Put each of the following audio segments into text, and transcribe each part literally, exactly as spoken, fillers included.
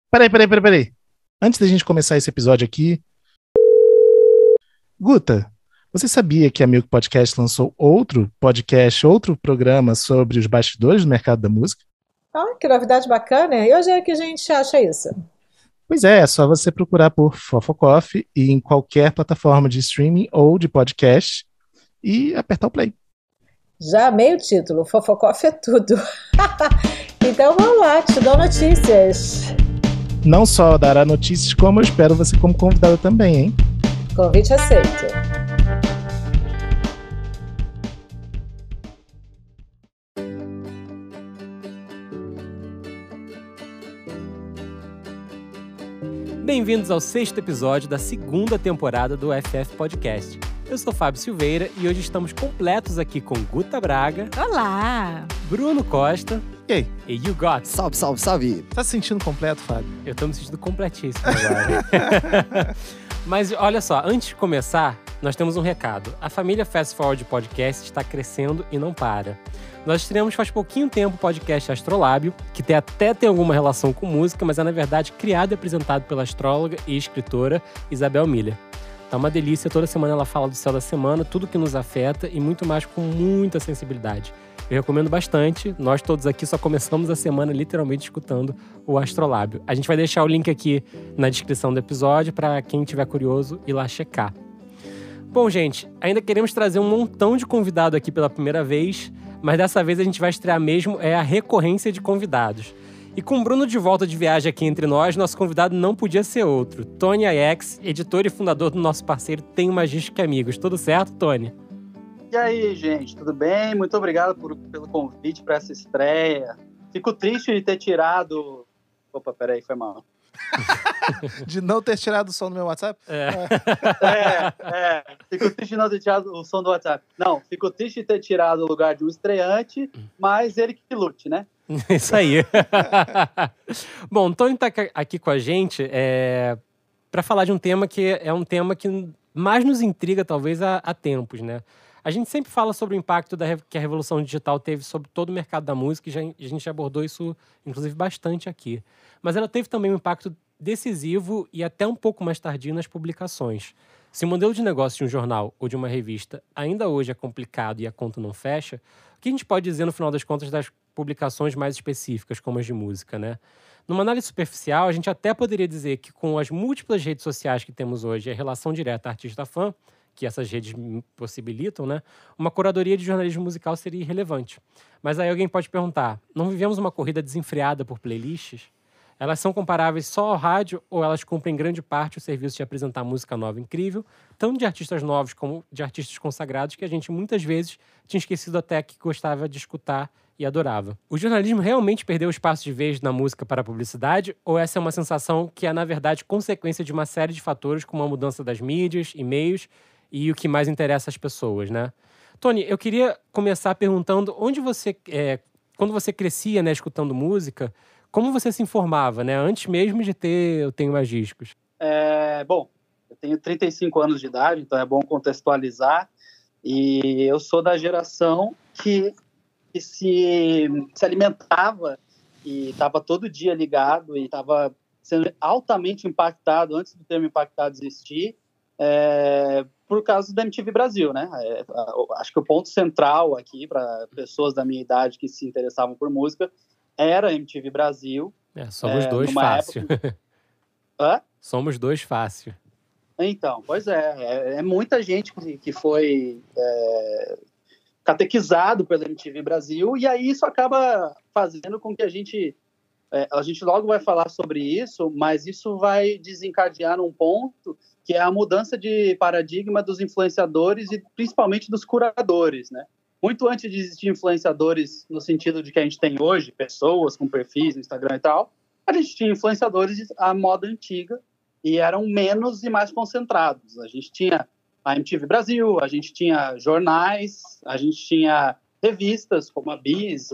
Peraí, peraí, peraí, peraí. Antes da gente começar esse episódio aqui, Guta, você sabia que a Milk Podcast lançou outro podcast, outro programa sobre os bastidores do mercado da música? Ah, que novidade bacana. E onde é que a gente acha isso? Pois é, é só você procurar por Fofocoff e em qualquer plataforma de streaming ou de podcast e apertar o play. Já amei o título, Fofocoff é tudo. Então vamos lá, te dou notícias. Não só dará notícias, como eu espero você como convidada também, hein? Convite aceito. Bem-vindos ao sexto episódio da segunda temporada do F F Podcast. Eu sou Fábio Silveira e hoje estamos completos aqui com Guta Braga. Olá! Bruno Costa. E aí? E You Got. Salve, salve, salve! Tá se sentindo completo, Fábio? Eu tô me sentindo completíssimo agora. Mas olha só, antes de começar, nós temos um recado. A família Fast Forward Podcast está crescendo e não para. Nós estreamos faz pouquinho tempo o podcast Astrolábio, que tem, até tem alguma relação com música, mas é na verdade criado e apresentado pela astróloga e escritora Isabel Miller. Tá uma delícia, toda semana ela fala do céu da semana, tudo que nos afeta e muito mais com muita sensibilidade. Eu recomendo bastante, nós todos aqui só começamos a semana literalmente escutando o Astrolábio. A gente vai deixar o link aqui na descrição do episódio para quem tiver curioso ir lá checar. Bom, gente, ainda queremos trazer um montão de convidado aqui pela primeira vez, mas dessa vez a gente vai estrear mesmo é a recorrência de convidados. E com o Bruno de volta de viagem aqui entre nós, nosso convidado não podia ser outro. Tony Ayex, editor e fundador do nosso parceiro Tem Magística Amigos. Tudo certo, Tony? E aí, gente, tudo bem? Muito obrigado por, pelo convite para essa estreia. Fico triste de ter tirado... Opa, peraí, foi mal. De não ter tirado o som do meu WhatsApp? É. É, é. Fico triste de não ter tirado o som do WhatsApp. Não, fico triste de ter tirado o lugar de um estreante, mas ele que lute, né? Isso aí. Bom, o Tony tá aqui com a gente é, para falar de um tema que é um tema que mais nos intriga, talvez, há, há tempos, né? A gente sempre fala sobre o impacto da, que a revolução digital teve sobre todo o mercado da música, e já, a gente já abordou isso, inclusive, bastante aqui. Mas ela teve também um impacto decisivo e até um pouco mais tardio nas publicações. Se o modelo de negócio de um jornal ou de uma revista ainda hoje é complicado e a conta não fecha, o que a gente pode dizer, no final das contas, das publicações mais específicas, como as de música, né? Numa análise superficial, a gente até poderia dizer que com as múltiplas redes sociais que temos hoje, a relação direta artista-fã, que essas redes possibilitam, né, uma curadoria de jornalismo musical seria irrelevante. Mas aí alguém pode perguntar, não vivemos uma corrida desenfreada por playlists? Elas são comparáveis só ao rádio ou elas cumprem grande parte o serviço de apresentar música nova incrível, tanto de artistas novos como de artistas consagrados, que a gente muitas vezes tinha esquecido até que gostava de escutar e adorava. O jornalismo realmente perdeu espaço de vez na música para a publicidade, ou essa é uma sensação que é, na verdade, consequência de uma série de fatores, como a mudança das mídias, e-mails e o que mais interessa às pessoas, né? Tony, eu queria começar perguntando onde você, é, quando você crescia, né, escutando música, como você se informava, né, antes mesmo de ter Eu Tenho Mais Discos? É, bom, eu tenho trinta e cinco anos de idade, então é bom contextualizar. E eu sou da geração que, que se, se alimentava e estava todo dia ligado e estava sendo altamente impactado, antes do termo impactado existir, é, por causa da M T V Brasil, né? É, acho que o ponto central aqui para pessoas da minha idade que se interessavam por música era a M T V Brasil. É, somos é, dois numa fácil. Época... Hã? Somos dois fácil. Então, pois é, é, é muita gente que, que foi é, catequizado pela M T V Brasil, e aí isso acaba fazendo com que a gente, é, a gente logo vai falar sobre isso, mas isso vai desencadear num ponto que é a mudança de paradigma dos influenciadores e principalmente dos curadores, né? Muito antes de existir influenciadores no sentido de que a gente tem hoje, pessoas com perfis no Instagram e tal, a gente tinha influenciadores à moda antiga e eram menos e mais concentrados. A gente tinha a M T V Brasil, a gente tinha jornais, a gente tinha revistas como a Bis,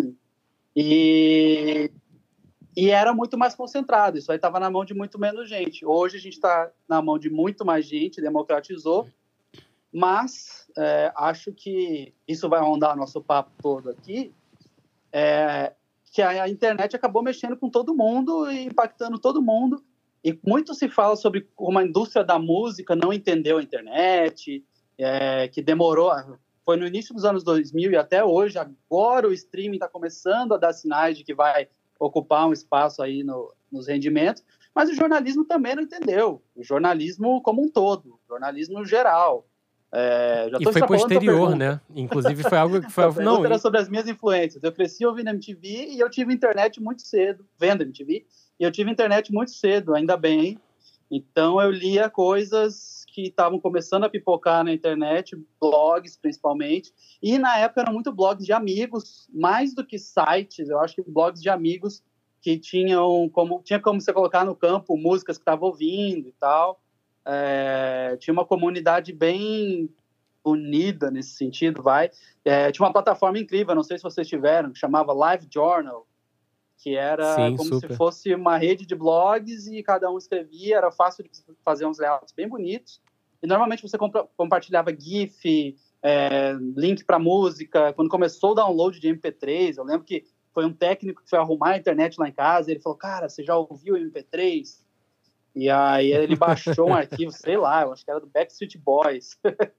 e, e era muito mais concentrado. Isso aí estava na mão de muito menos gente. Hoje a gente está na mão de muito mais gente, democratizou, mas é, acho que isso vai rondar nosso papo todo aqui, é, que a, a internet acabou mexendo com todo mundo e impactando todo mundo. E muito se fala sobre como a indústria da música não entendeu a internet, é, que demorou, foi no início dos anos dois mil e até hoje, agora o streaming está começando a dar sinais de que vai ocupar um espaço aí no, nos rendimentos, mas o jornalismo também não entendeu, o jornalismo como um todo, o jornalismo geral. É, já e foi posterior, né? Inclusive foi algo que foi... A não, era sobre as minhas influências. Eu cresci ouvindo M T V e eu tive internet muito cedo, vendo M T V, e eu tive internet muito cedo, ainda bem. Então eu lia coisas que estavam começando a pipocar na internet, blogs principalmente, e na época eram muito blogs de amigos, mais do que sites. Eu acho que blogs de amigos que tinham como, tinha como você colocar no campo músicas que estava ouvindo e tal. É, tinha uma comunidade bem unida nesse sentido, vai. É, tinha uma plataforma incrível, não sei se vocês tiveram, que chamava Live Journal, que era Sim, como super. se fosse uma rede de blogs e cada um escrevia, era fácil de fazer uns layouts bem bonitos. E normalmente você compa- compartilhava GIF, é, link para música. Quando começou o download de M P três, eu lembro que foi um técnico que foi arrumar a internet lá em casa, e ele falou, cara, você já ouviu o M P três? E aí ele baixou um arquivo, sei lá, eu acho que era do Backstreet Boys.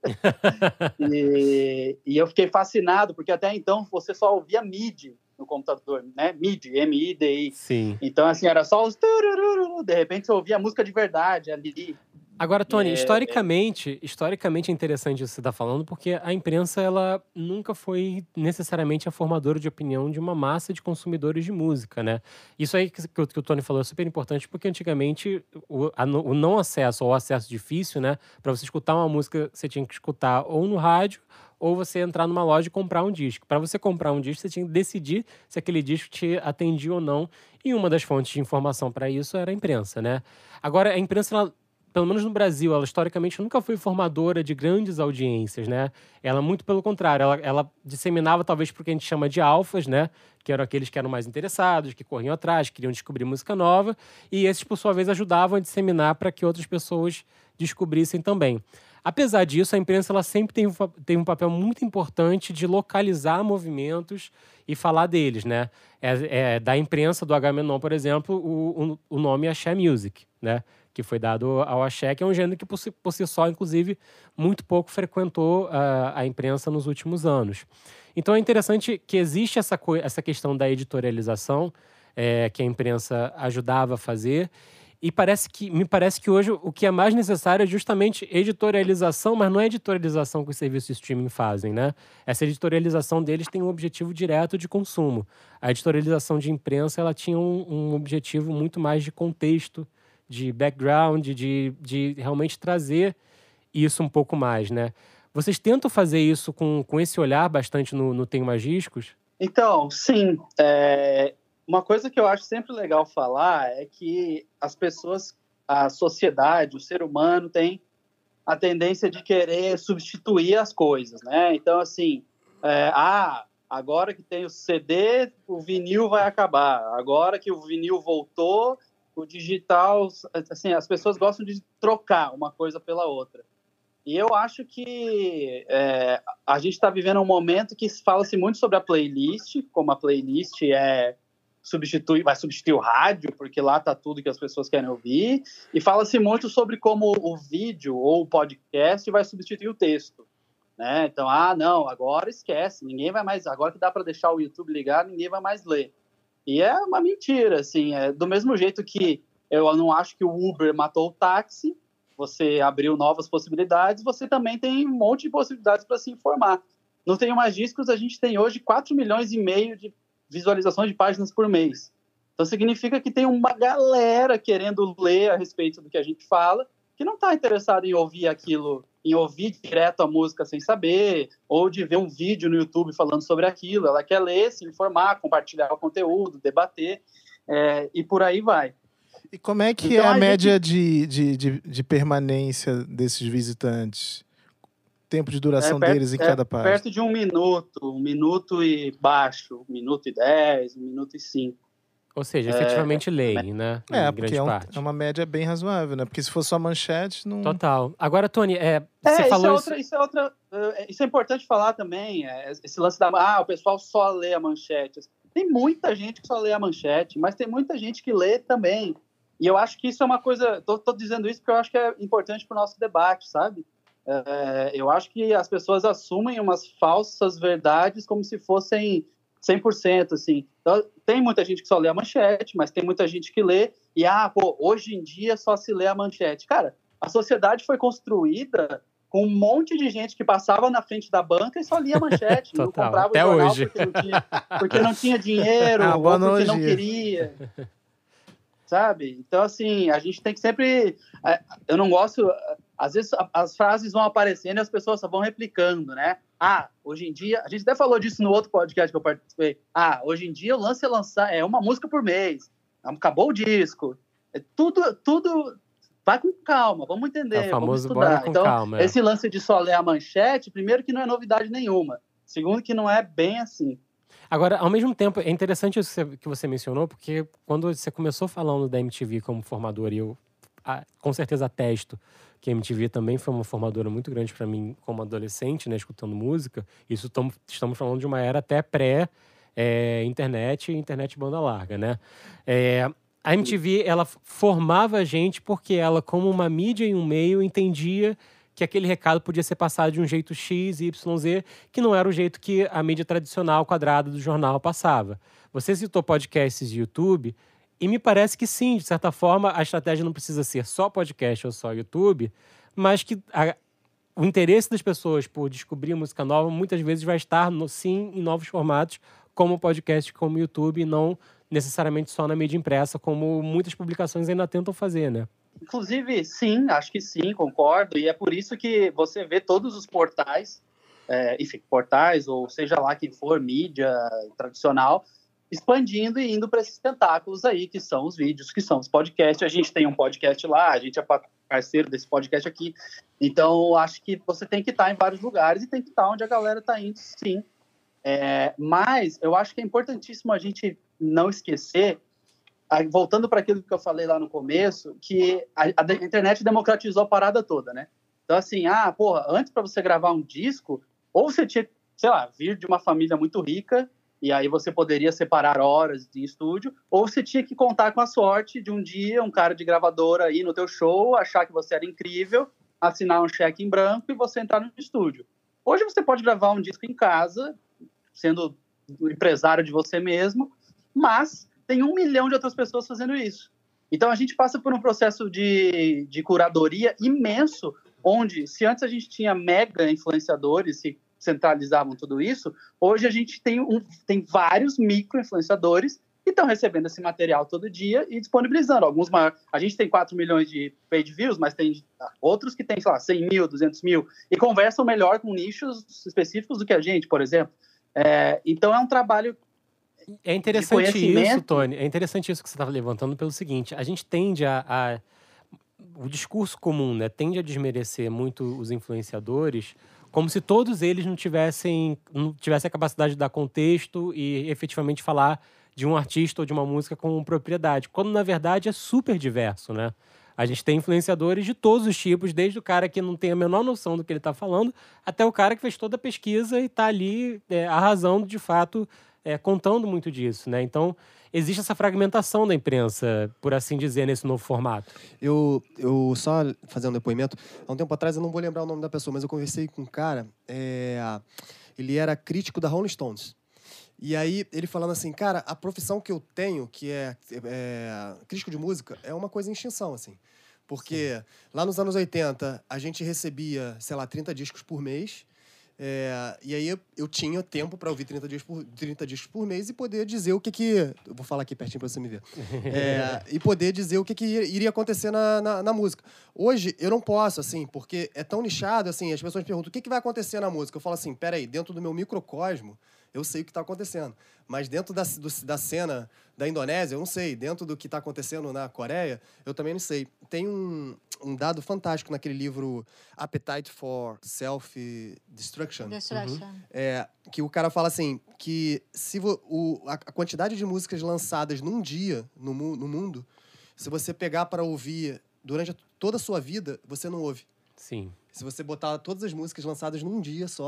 e, e eu fiquei fascinado, porque até então você só ouvia M I D I no computador, né? M I D I, M I D I. Sim. Então, assim, era só os... turururu, de repente você ouvia a música de verdade ali. Agora, Tony, É, historicamente, historicamente é interessante isso que você está falando, porque a imprensa ela nunca foi necessariamente a formadora de opinião de uma massa de consumidores de música, né? Isso aí que, que, o, que o Tony falou é super importante, porque antigamente o, a, o não acesso ou o acesso difícil, né? Para você escutar uma música, você tinha que escutar ou no rádio, ou você entrar numa loja e comprar um disco. Para você comprar um disco, você tinha que decidir se aquele disco te atendia ou não. E uma das fontes de informação para isso era a imprensa, né? Agora, a imprensa, ela, pelo menos no Brasil, ela historicamente nunca foi formadora de grandes audiências, né? Ela, muito pelo contrário, ela, ela disseminava talvez por que a gente chama de alfas, né? Que eram aqueles que eram mais interessados, que corriam atrás, queriam descobrir música nova. E esses, por sua vez, ajudavam a disseminar para que outras pessoas descobrissem também. Apesar disso, a imprensa ela sempre tem um, tem um papel muito importante de localizar movimentos e falar deles, né? É, é, da imprensa do Agamenon, por exemplo, o, o, o nome Axé Music, né? Que foi dado ao axé, que é um gênero que, por si, por si só, inclusive, muito pouco frequentou a, a imprensa nos últimos anos. Então é interessante que existe essa, essa questão da editorialização, é, que a imprensa ajudava a fazer. E parece que, me parece que hoje o que é mais necessário é justamente editorialização, mas não é editorialização que os serviços de streaming fazem, né? Essa editorialização deles tem um objetivo direto de consumo. A editorialização de imprensa, ela tinha um, um objetivo muito mais de contexto, de background, de, de realmente trazer isso um pouco mais, né? Vocês tentam fazer isso com, com esse olhar bastante no, no Tenho Mais Discos? Então, sim. É... Uma coisa que eu acho sempre legal falar é que as pessoas, a sociedade, o ser humano tem a tendência de querer substituir as coisas, né? Então, assim, é, ah, agora que tem o C D, o vinil vai acabar. Agora que o vinil voltou, o digital... Assim, as pessoas gostam de trocar uma coisa pela outra. E eu acho que é, a gente está vivendo um momento que fala-se muito sobre a playlist, como a playlist é... Substitui, vai substituir o rádio, porque lá está tudo que as pessoas querem ouvir, e fala-se muito sobre como o vídeo ou o podcast vai substituir o texto, né? Então, ah, não, agora esquece, ninguém vai mais, agora que dá para deixar o YouTube ligado, ninguém vai mais ler. E é uma mentira, assim, é do mesmo jeito que eu não acho que o Uber matou o táxi, você abriu novas possibilidades, você também tem um monte de possibilidades para se informar. No Tenho Mais Discos, a gente tem hoje quatro milhões e meio de visualizações de páginas por mês. Então significa que tem uma galera querendo ler a respeito do que a gente fala, que não está interessada em ouvir aquilo, em ouvir direto a música sem saber, ou de ver um vídeo no YouTube falando sobre aquilo. Ela quer ler, se informar, compartilhar o conteúdo, debater, é, e por aí vai. E como é que então, é a, a média gente... de, de, de, de permanência desses visitantes? Tempo de duração é perto, deles em é cada página? Perto de um minuto, um minuto e baixo, um minuto e dez, um minuto e cinco. Ou seja, efetivamente é, leem, né? É, em porque grande é, um, parte. é uma média bem razoável, né? Porque se for só manchete, não... Total. Agora, Tony, é, é, você isso falou é isso... outra, isso é outra, isso é importante falar também, é, esse lance da, ah, o pessoal só lê a manchete. Tem muita gente que só lê a manchete, mas tem muita gente que lê também. E eu acho que isso é uma coisa... Tô, tô dizendo isso porque eu acho que é importante para o nosso debate, sabe? É, eu acho que as pessoas assumem umas falsas verdades como se fossem cem por cento, assim. Então, tem muita gente que só lê a manchete, mas tem muita gente que lê e, ah, pô, hoje em dia só se lê a manchete. Cara, a sociedade foi construída com um monte de gente que passava na frente da banca e só lia a manchete, não comprava até o jornal hoje. Porque, não tinha, porque não tinha dinheiro, Ah, ou porque analogia. não queria, sabe? Então, assim, a gente tem que sempre... Eu não gosto... Às vezes as frases vão aparecendo e as pessoas só vão replicando, né? Ah, hoje em dia... A gente até falou disso no outro podcast que eu participei. Ah, hoje em dia o lance é lançar... É uma música por mês. Acabou o disco. É tudo... tudo vai com calma, vamos entender, É o famoso vamos estudar. bora com Então, calma, é. esse lance de só ler a manchete, primeiro que não é novidade nenhuma. Segundo que não é bem assim. Agora, ao mesmo tempo, é interessante isso que você mencionou, porque quando você começou falando da M T V como formadora, e eu ah, com certeza atesto que a M T V também foi uma formadora muito grande para mim como adolescente, né, escutando música. Isso tamo, estamos falando de uma era até pré-internet é, e internet banda larga, né? É, a M T V, ela formava a gente porque ela, como uma mídia e um meio, entendia que aquele recado podia ser passado de um jeito X, Y, Z, que não era o jeito que a mídia tradicional quadrada do jornal passava. Você citou podcasts de YouTube, e me parece que sim, de certa forma, a estratégia não precisa ser só podcast ou só YouTube, mas que a, o interesse das pessoas por descobrir música nova muitas vezes vai estar, no, sim, em novos formatos, como podcast, como YouTube, e não necessariamente só na mídia impressa, como muitas publicações ainda tentam fazer, né? Inclusive, sim, acho que sim, concordo, e é por isso que você vê todos os portais, é, enfim, portais, ou seja lá quem for, mídia tradicional, expandindo e indo para esses tentáculos aí, que são os vídeos, que são os podcasts. A gente tem um podcast lá, a gente é parceiro desse podcast aqui, então acho que você tem que estar em vários lugares e tem que estar onde a galera está indo, sim. É, mas eu acho que é importantíssimo a gente não esquecer, voltando para aquilo que eu falei lá no começo, que a, a internet democratizou a parada toda, né? Então, assim, ah, porra, antes para você gravar um disco, ou você tinha, sei lá, vir de uma família muito rica, e aí você poderia separar horas de estúdio, ou você tinha que contar com a sorte de um dia um cara de gravadora ir no teu show, achar que você era incrível, assinar um cheque em branco e você entrar no estúdio. Hoje você pode gravar um disco em casa, sendo o empresário de você mesmo, mas tem um milhão de outras pessoas fazendo isso. Então, a gente passa por um processo de, de curadoria imenso, onde, se antes a gente tinha mega influenciadores que centralizavam tudo isso, hoje a gente tem, um, tem vários micro-influenciadores que estão recebendo esse material todo dia e disponibilizando. Alguns maiores. A gente tem quatro milhões de page views, mas tem outros que têm, sei lá, cem mil, duzentos mil, e conversam melhor com nichos específicos do que a gente, por exemplo. É, então, é um trabalho... É interessante isso, Tony. É interessante isso que você estava levantando pelo seguinte: a gente tende a, a o discurso comum, né, tende a desmerecer muito os influenciadores, como se todos eles não tivessem, não tivessem a capacidade de dar contexto e efetivamente falar de um artista ou de uma música com propriedade, quando na verdade é super diverso, né? A gente tem influenciadores de todos os tipos, desde o cara que não tem a menor noção do que ele está falando, até o cara que fez toda a pesquisa e está ali é, arrasando de fato. É, contando muito disso, né? Então, existe essa fragmentação da imprensa, por assim dizer, nesse novo formato. Eu, eu só fazendo um depoimento, há um tempo atrás, eu não vou lembrar o nome da pessoa, mas eu conversei com um cara, é, ele era crítico da Rolling Stones. E aí, ele falando assim, cara, a profissão que eu tenho, que é, é crítico de música, é uma coisa em extinção, assim. Porque Sim. lá nos anos oitenta, a gente recebia, sei lá, trinta discos por mês. É, e aí eu, eu tinha tempo para ouvir trinta, dias por, trinta discos por mês e poder dizer o que que... Eu vou falar aqui pertinho para você me ver. É, e poder dizer o que que iria acontecer na, na, na música. Hoje, eu não posso, assim, porque é tão nichado, assim, as pessoas me perguntam o que que vai acontecer na música. Eu falo assim, peraí, dentro do meu microcosmo, eu sei o que está acontecendo. Mas dentro da, do, da cena da Indonésia, eu não sei. Dentro do que está acontecendo na Coreia, eu também não sei. Tem um, um dado fantástico naquele livro Appetite for Self-Destruction. Destruction. Uhum. É, que o cara fala assim, que se vo, o, a, a quantidade de músicas lançadas num dia no, no mundo, se você pegar para ouvir durante toda a sua vida, você não ouve. Sim. Se você botar todas as músicas lançadas num dia só,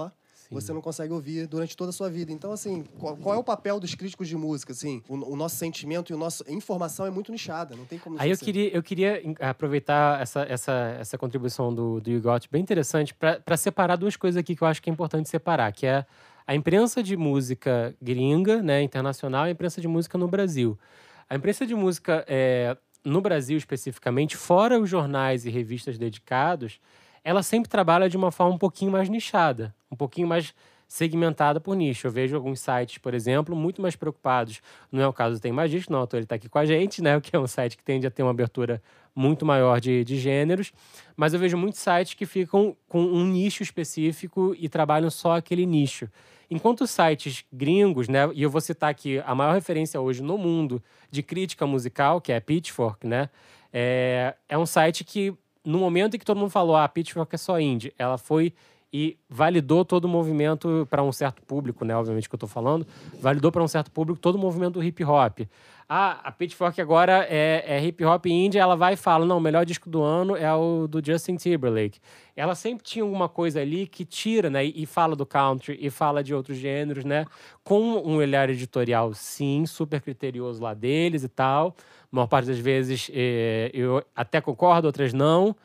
você não consegue ouvir durante toda a sua vida. Então, assim, qual, qual é o papel dos críticos de música? Assim, o, o nosso sentimento e a nossa informação é muito nichada, não tem como... Aí eu queria, eu queria aproveitar essa, essa, essa contribuição do, do You Got, bem interessante, para separar duas coisas aqui que eu acho que é importante separar, que é a imprensa de música gringa, né, internacional, e a imprensa de música no Brasil. A imprensa de música é, no Brasil, especificamente, fora os jornais e revistas dedicados, ela sempre trabalha de uma forma um pouquinho mais nichada, um pouquinho mais segmentada por nicho. Eu vejo alguns sites, por exemplo, muito mais preocupados. Não é o caso do Tem Mais Disco, não, ele está aqui com a gente, né? Que é um site que tende a ter uma abertura muito maior de, de gêneros. Mas eu vejo muitos sites que ficam com um nicho específico e trabalham só aquele nicho. Enquanto os sites gringos, né? E eu vou citar aqui a maior referência hoje no mundo de crítica musical, que é a Pitchfork, né? É, é um site que, no momento em que todo mundo falou, ah, a Pitchfork é só indie, ela foi e validou todo o movimento para um certo público, né? Obviamente que eu estou falando, validou para um certo público todo o movimento do hip hop. Ah, a Pitchfork agora é, é hip hop indie, ela vai e fala, não, o melhor disco do ano é o do Justin Timberlake. Ela sempre tinha alguma coisa ali que tira, né? E, e fala do country, e fala de outros gêneros, né? Com um olhar editorial, sim, super criterioso lá deles e tal. A maior parte das vezes é, eu até concordo, outras não.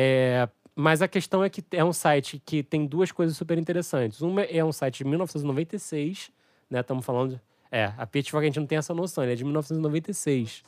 É, mas a questão é que é um site que tem duas coisas super interessantes. Uma é um site de mil novecentos e noventa e seis, né? Estamos falando... É, a Pitchfork a gente não tem essa noção, ele é de mil novecentos e noventa e seis.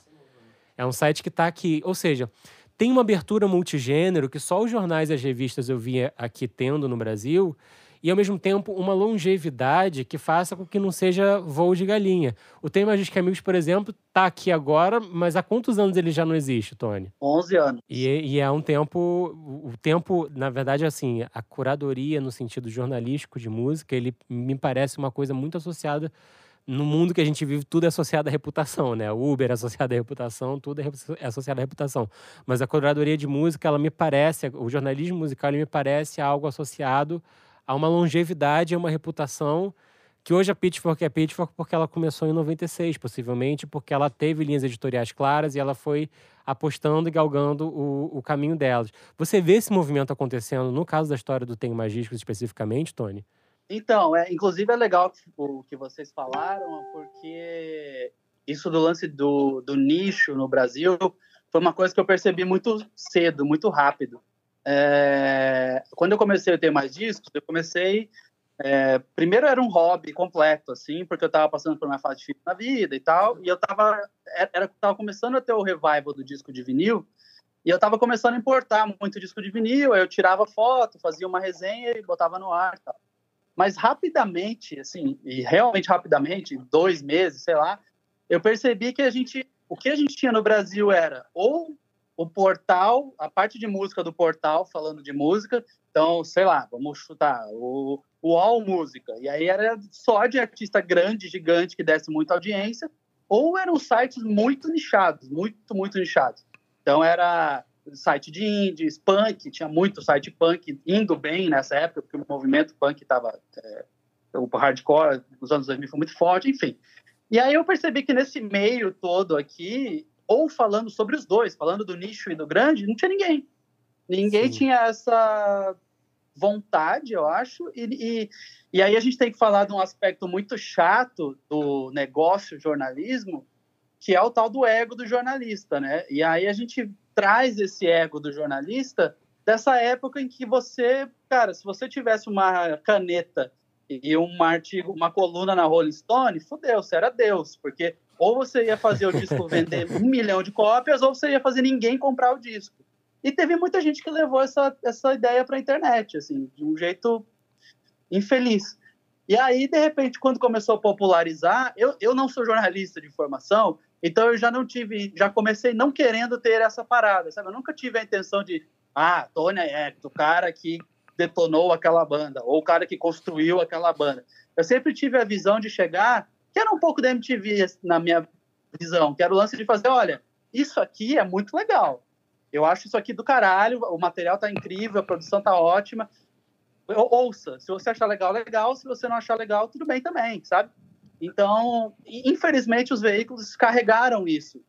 É um site que está aqui, ou seja, tem uma abertura multigênero que só os jornais e as revistas eu via aqui tendo no Brasil, e ao mesmo tempo uma longevidade que faça com que não seja voo de galinha. O Tem Mais Disco que Amigos, por exemplo, está aqui agora, mas há quantos anos ele já não existe, Tony? onze anos. E, e é um tempo, o tempo, na verdade, assim, a curadoria no sentido jornalístico de música, ele me parece uma coisa muito associada. No mundo que a gente vive, tudo é associado à reputação, né? O Uber é associado à reputação, tudo é associado à reputação. Mas a curadoria de música, ela me parece, o jornalismo musical, ele me parece algo associado a uma longevidade, a uma reputação, que hoje a Pitchfork é Pitchfork porque ela começou em noventa e seis, possivelmente, porque ela teve linhas editoriais claras e ela foi apostando e galgando o, o caminho delas. Você vê esse movimento acontecendo no caso da história do Tem Mais Discos especificamente, Tony? Então, é, inclusive é legal o que vocês falaram, porque isso do lance do, do nicho no Brasil foi uma coisa que eu percebi muito cedo, muito rápido. É, quando eu comecei a ter mais discos, eu comecei... É, primeiro era um hobby completo, assim, porque eu estava passando por uma fase difícil na vida e tal, e eu estava era, tava começando a ter o revival do disco de vinil, e eu estava começando a importar muito disco de vinil, aí eu tirava foto, fazia uma resenha e botava no ar e tal. Mas rapidamente, assim, e realmente rapidamente, em dois meses, sei lá, eu percebi que a gente, o que a gente tinha no Brasil era ou o portal, a parte de música do portal, falando de música, então, sei lá, vamos chutar, o, o All Música, e aí era só de artista grande, gigante, que desse muita audiência, ou eram sites muito nichados, muito, muito nichados. Então, era... site de indies, punk, tinha muito site punk indo bem nessa época, porque o movimento punk estava... É, o hardcore nos anos dois mil foi muito forte, enfim. E aí eu percebi que nesse meio todo aqui, ou falando sobre os dois, falando do nicho e do grande, não tinha ninguém. Ninguém Sim. tinha essa vontade, eu acho, e, e, e aí a gente tem que falar de um aspecto muito chato do negócio jornalismo, que é o tal do ego do jornalista, né? E aí a gente traz esse ego do jornalista dessa época em que você, cara, se você tivesse uma caneta e um artigo, uma coluna na Rolling Stone, fudeu, você era Deus, porque ou você ia fazer o disco vender um milhão de cópias, ou você ia fazer ninguém comprar o disco. E teve muita gente que levou essa, essa ideia para a internet, assim, de um jeito infeliz. E aí, de repente, quando começou a popularizar, eu, eu não sou jornalista de informação, então eu já não tive, já comecei não querendo ter essa parada, sabe? Eu nunca tive a intenção de, ah, Tony é o cara que detonou aquela banda, ou o cara que construiu aquela banda. Eu sempre tive a visão de chegar, que era um pouco da M T V na minha visão, que era o lance de fazer, olha, isso aqui é muito legal. Eu acho isso aqui do caralho, o material tá incrível, a produção tá ótima. Ouça, se você achar legal, legal, se você não achar legal, tudo bem também, sabe? Então, infelizmente, os veículos carregaram isso.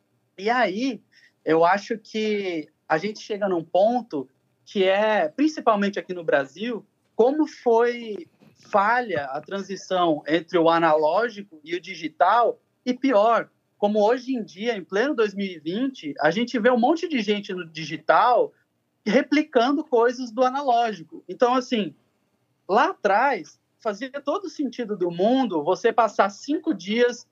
E aí, eu acho que a gente chega num ponto que é, principalmente aqui no Brasil, como foi falha a transição entre o analógico e o digital, e pior, como hoje em dia, em pleno dois mil e vinte, a gente vê um monte de gente no digital replicando coisas do analógico. Então, assim, lá atrás, fazia todo o sentido do mundo você passar cinco dias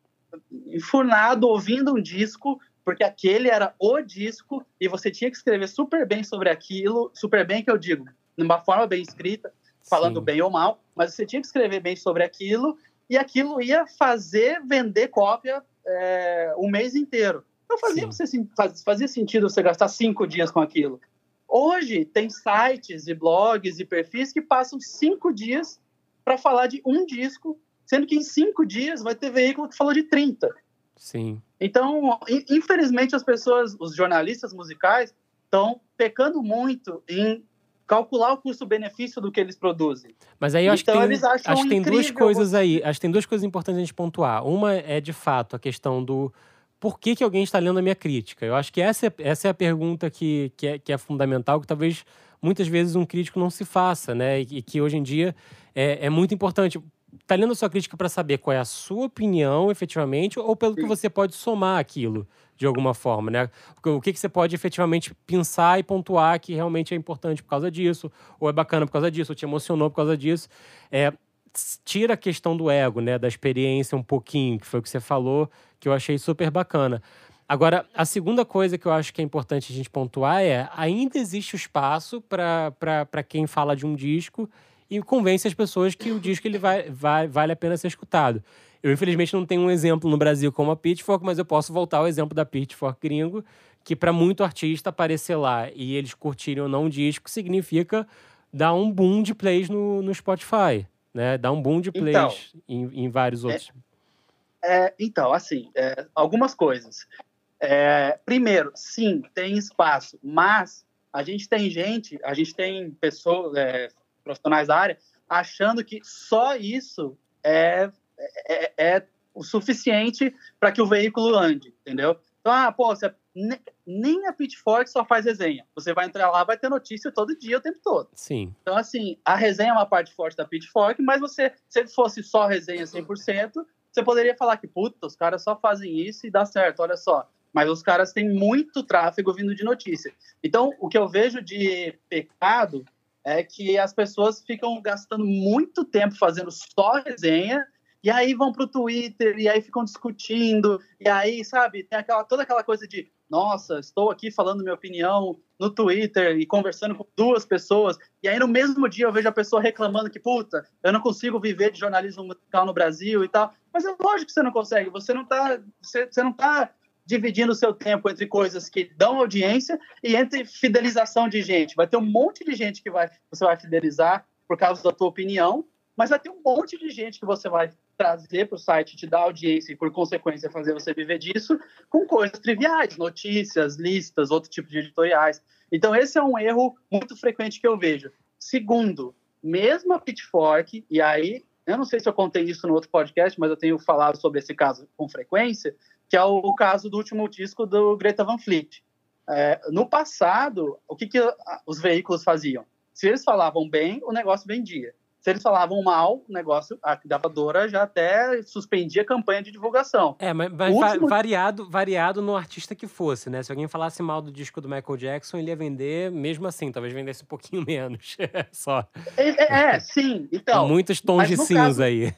enfurnado ouvindo um disco, porque aquele era o disco e você tinha que escrever super bem sobre aquilo, super bem que eu digo, numa forma bem escrita, falando Sim. bem ou mal, mas você tinha que escrever bem sobre aquilo e aquilo ia fazer vender cópia é, um mês inteiro. Então fazia, você, fazia sentido você gastar cinco dias com aquilo. Hoje tem sites e blogs e perfis que passam cinco dias para falar de um disco, sendo que em cinco dias vai ter veículo que falou de trinta. Sim. Então, infelizmente, as pessoas, os jornalistas musicais, estão pecando muito em calcular o custo-benefício do que eles produzem. Mas aí eu acho então, que tem, eles acham acho que tem duas coisas você... aí. Acho que tem duas coisas importantes a gente pontuar. Uma é, de fato, a questão do por que, que alguém está lendo a minha crítica. Eu acho que essa é, essa é a pergunta que, que, é, que é fundamental, que talvez muitas vezes um crítico não se faça, né? E, e que hoje em dia é, é muito importante. Está lendo a sua crítica para saber qual é a sua opinião, efetivamente, ou pelo Sim. que você pode somar aquilo, de alguma forma, né? O que, que você pode efetivamente pensar e pontuar que realmente é importante por causa disso, ou é bacana por causa disso, ou te emocionou por causa disso. É, tira a questão do ego, né? Da experiência um pouquinho, que foi o que você falou, que eu achei super bacana. Agora, a segunda coisa que eu acho que é importante a gente pontuar é ainda existe o espaço para quem fala de um disco e convence as pessoas que o disco ele vai, vai, vale a pena ser escutado. Eu, infelizmente, não tenho um exemplo no Brasil como a Pitchfork, mas eu posso voltar ao exemplo da Pitchfork gringo, que para muito artista aparecer lá e eles curtirem ou não um disco significa dar um boom de plays no, no Spotify, né? Dar um boom de plays então, em, em vários outros. É, é, então, assim, é, algumas coisas. É, primeiro, sim, tem espaço, mas a gente tem gente, a gente tem pessoas... É, profissionais da área, achando que só isso é, é, é o suficiente para que o veículo ande, entendeu? Então, ah, pô, você, nem a Pitchfork só faz resenha. Você vai entrar lá, vai ter notícia todo dia, o tempo todo. Sim. Então, assim, a resenha é uma parte forte da Pitchfork, mas você, se fosse só resenha cem por cento, você poderia falar que, puta, os caras só fazem isso e dá certo, olha só. Mas os caras têm muito tráfego vindo de notícia. Então, o que eu vejo de pecado é que as pessoas ficam gastando muito tempo fazendo só resenha, e aí vão pro Twitter, e aí ficam discutindo, e aí, sabe, tem aquela, toda aquela coisa de, nossa, estou aqui falando minha opinião no Twitter e conversando com duas pessoas, e aí no mesmo dia eu vejo a pessoa reclamando que, puta, eu não consigo viver de jornalismo musical no Brasil e tal. Mas é lógico que você não consegue, você não tá, você, você não tá dividindo o seu tempo entre coisas que dão audiência e entre fidelização de gente. Vai ter um monte de gente que vai, você vai fidelizar por causa da tua opinião, mas vai ter um monte de gente que você vai trazer para o site, te dar audiência e, por consequência, fazer você viver disso com coisas triviais, notícias, listas, outro tipo de editoriais. Então, esse é um erro muito frequente que eu vejo. Segundo, mesmo a Pitchfork, e aí, eu não sei se eu contei isso no outro podcast, mas eu tenho falado sobre esse caso com frequência, que é o, o caso do último disco do Greta Van Fleet. É, no passado, o que, que os veículos faziam? Se eles falavam bem, o negócio vendia. Se eles falavam mal, o negócio, a gravadora já até suspendia a campanha de divulgação. É, mas, mas último... variado, variado no artista que fosse, né? Se alguém falasse mal do disco do Michael Jackson, ele ia vender mesmo assim, talvez vendesse um pouquinho menos, só. É, é, é, sim, então... Muitos tons de cinza caso, aí.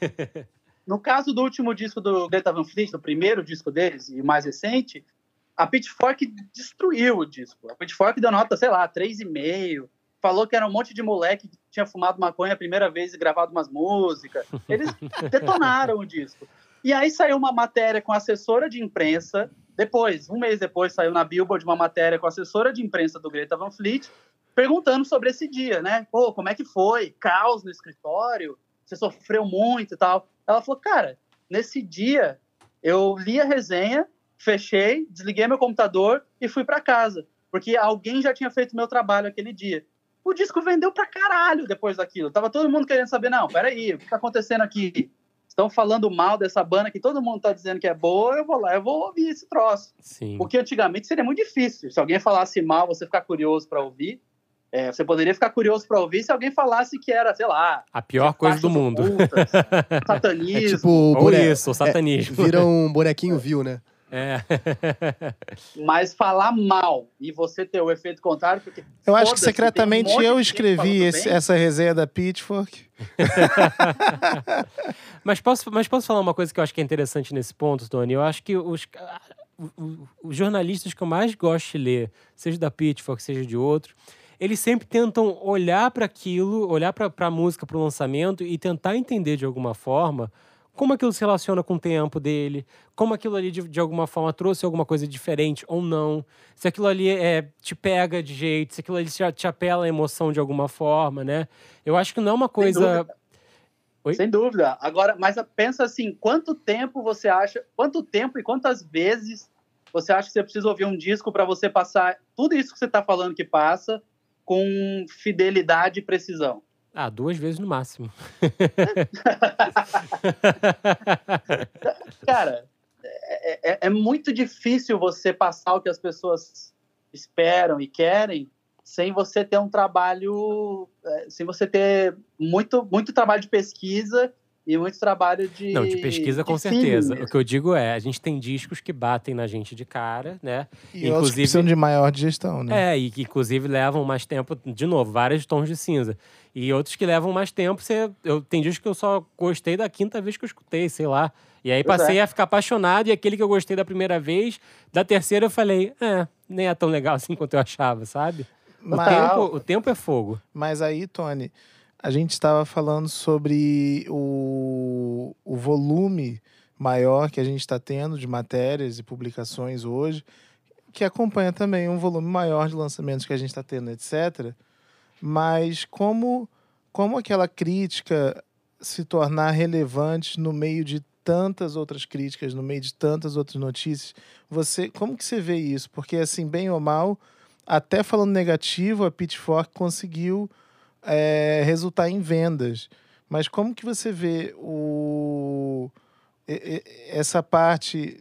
No caso do último disco do Greta Van Fleet, o primeiro disco deles, e o mais recente, a Pitchfork destruiu o disco. A Pitchfork deu nota, sei lá, três vírgula cinco. Falou que era um monte de moleque que tinha fumado maconha a primeira vez e gravado umas músicas. Eles detonaram o disco. E aí saiu uma matéria com a assessora de imprensa. Depois, um mês depois, saiu na Billboard uma matéria com a assessora de imprensa do Greta Van Fleet, perguntando sobre esse dia, né? Pô, como é que foi? Caos no escritório? Você sofreu muito e tal? Ela falou, cara, nesse dia eu li a resenha, fechei, desliguei meu computador e fui para casa. Porque alguém já tinha feito meu trabalho aquele dia. O disco vendeu pra caralho depois daquilo. Tava todo mundo querendo saber, não, peraí, o que tá acontecendo aqui? Estão falando mal dessa banda que todo mundo tá dizendo que é boa, eu vou lá, eu vou ouvir esse troço. Sim. Porque antigamente seria muito difícil. Se alguém falasse mal, você ficar curioso pra ouvir. É, você poderia ficar curioso para ouvir se alguém falasse que era, sei lá... A pior coisa do mundo. Ocultas, satanismo. É tipo Ou boneco, isso, o satanismo. É, vira um bonequinho vil, né? É. Mas falar mal e você ter o efeito contrário... Porque, eu acho que foda-se, secretamente tem um monte eu de gente escrevi falando esse- bem. essa resenha da Pitchfork. Mas posso, mas posso falar uma coisa que eu acho que é interessante nesse ponto, Tony? Eu acho que os, o- o- os jornalistas que eu mais gosto de ler, seja da Pitchfork, seja de outro, eles sempre tentam olhar para aquilo, olhar para a música, para o lançamento e tentar entender de alguma forma como aquilo se relaciona com o tempo dele, como aquilo ali de, de alguma forma trouxe alguma coisa diferente ou não, se aquilo ali é, te pega de jeito, se aquilo ali te, te apela à emoção de alguma forma, né? Eu acho que não é uma coisa... Oi? Sem dúvida. Agora, mas pensa assim, quanto tempo você acha, quanto tempo e quantas vezes você acha que você precisa ouvir um disco para você passar tudo isso que você está falando que passa com fidelidade e precisão? Ah, duas vezes no máximo. Cara, é, é, é muito difícil você passar o que as pessoas esperam e querem sem você ter um trabalho, é, sem você ter muito, muito trabalho de pesquisa e muito trabalho de... Não, de pesquisa com de certeza. feeling. O que eu digo é, a gente tem discos que batem na gente de cara, né? E outros que precisam de maior digestão, né? É, e que inclusive levam mais tempo, de novo, vários tons de cinza. E outros que levam mais tempo, você, eu, tem discos que eu só gostei da quinta vez que eu escutei, sei lá. E aí Pois passei é. a ficar apaixonado, e aquele que eu gostei da primeira vez, da terceira eu falei, é, nem é tão legal assim quanto eu achava, sabe? O, Mas, tempo, o tempo é fogo. mas aí, Tony, a gente estava falando sobre o, o volume maior que a gente está tendo de matérias e publicações hoje, que acompanha também um volume maior de lançamentos que a gente está tendo, etcétera. Mas como, como aquela crítica se tornar relevante no meio de tantas outras críticas, no meio de tantas outras notícias, você, como que você vê isso? Porque, assim, bem ou mal, até falando negativo, a Pitchfork conseguiu é, resultar em vendas. Mas como que você vê o, e- e- essa parte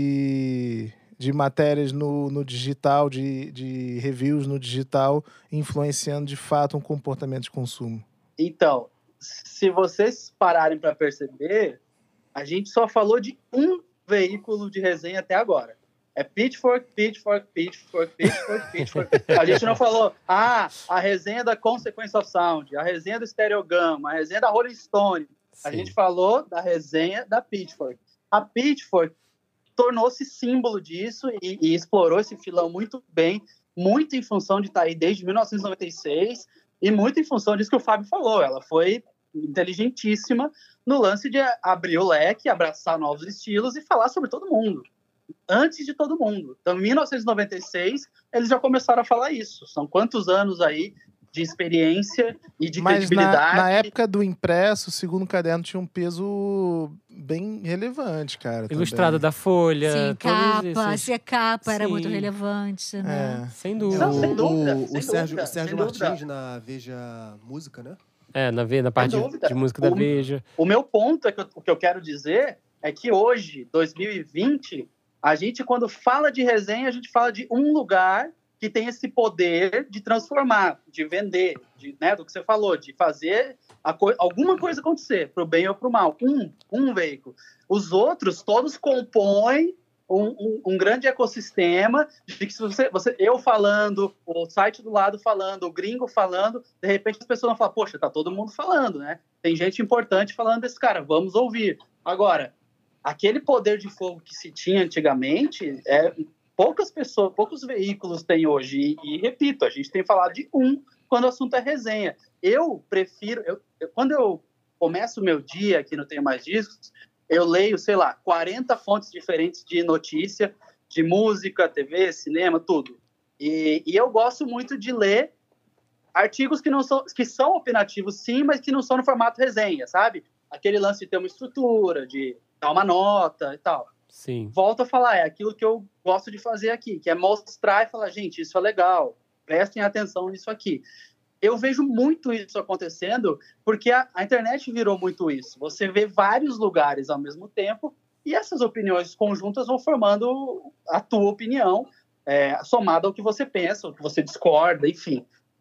de, de matérias no, no digital, de, de reviews no digital, influenciando de fato um comportamento de consumo? Então, se vocês pararem para perceber, a gente só falou de um veículo de resenha até agora. É Pitchfork, Pitchfork, Pitchfork, Pitchfork, Pitchfork. A gente não falou, ah, a resenha da Consequence of Sound, a resenha do Stereogama, a resenha da Rolling Stone. A Sim. gente falou da resenha da Pitchfork. A Pitchfork tornou-se símbolo disso e, e explorou esse filão muito bem, muito em função de estar aí desde mil novecentos e noventa e seis e muito em função disso que o Fábio falou. Ela foi inteligentíssima no lance de abrir o leque, abraçar novos estilos e falar sobre todo mundo. Antes de todo mundo. Então, em mil novecentos e noventa e seis, eles já começaram a falar isso. São quantos anos aí de experiência e de Mas credibilidade. na, na época do impresso, o segundo caderno tinha um peso bem relevante, cara. Ilustrado também. da Folha. Sim, todos capa, esses- ser capa era Sim. muito relevante, né? É. Sem dúvida. Não, sem dúvida, O, sem o Sérgio, dúvida, o Sérgio sem dúvida. Martins, na Veja Música, né? É, na, ve- na parte de, dúvida. de música da O- Veja. O meu ponto, é que eu, o que eu quero dizer, é que hoje, dois mil e vinte, a gente, quando fala de resenha, a gente fala de um lugar que tem esse poder de transformar, de vender, de, né, do que você falou, de fazer a co- alguma coisa acontecer, para o bem ou para o mal. Um, um veículo. Os outros, todos compõem um, um, um grande ecossistema de que se você, você, eu falando, o site do lado falando, o gringo falando, de repente as pessoas vão falar, poxa, tá todo mundo falando, né? Tem gente importante falando desse cara, vamos ouvir. Agora, aquele poder de fogo que se tinha antigamente, é, poucas pessoas, poucos veículos têm hoje. E, e repito, a gente tem falado de um quando o assunto é resenha. Eu prefiro, eu, eu, quando eu começo o meu dia aqui no Tenho Mais Discos, eu leio, sei lá, quarenta fontes diferentes de notícia, de música, T V, cinema, tudo. E, e eu gosto muito de ler artigos que, não são, que são opinativos, sim, mas que não são no formato resenha, sabe? Aquele lance de ter uma estrutura, de dar uma nota e tal. Sim. Volto a falar, é aquilo que eu gosto de fazer aqui, que é mostrar e falar, gente, isso é legal, prestem atenção nisso aqui. Eu vejo muito isso acontecendo porque a, a internet virou muito isso. Você vê vários lugares ao mesmo tempo e essas opiniões conjuntas vão formando a tua opinião, é, somada ao que você pensa, ao que você discorda, enfim.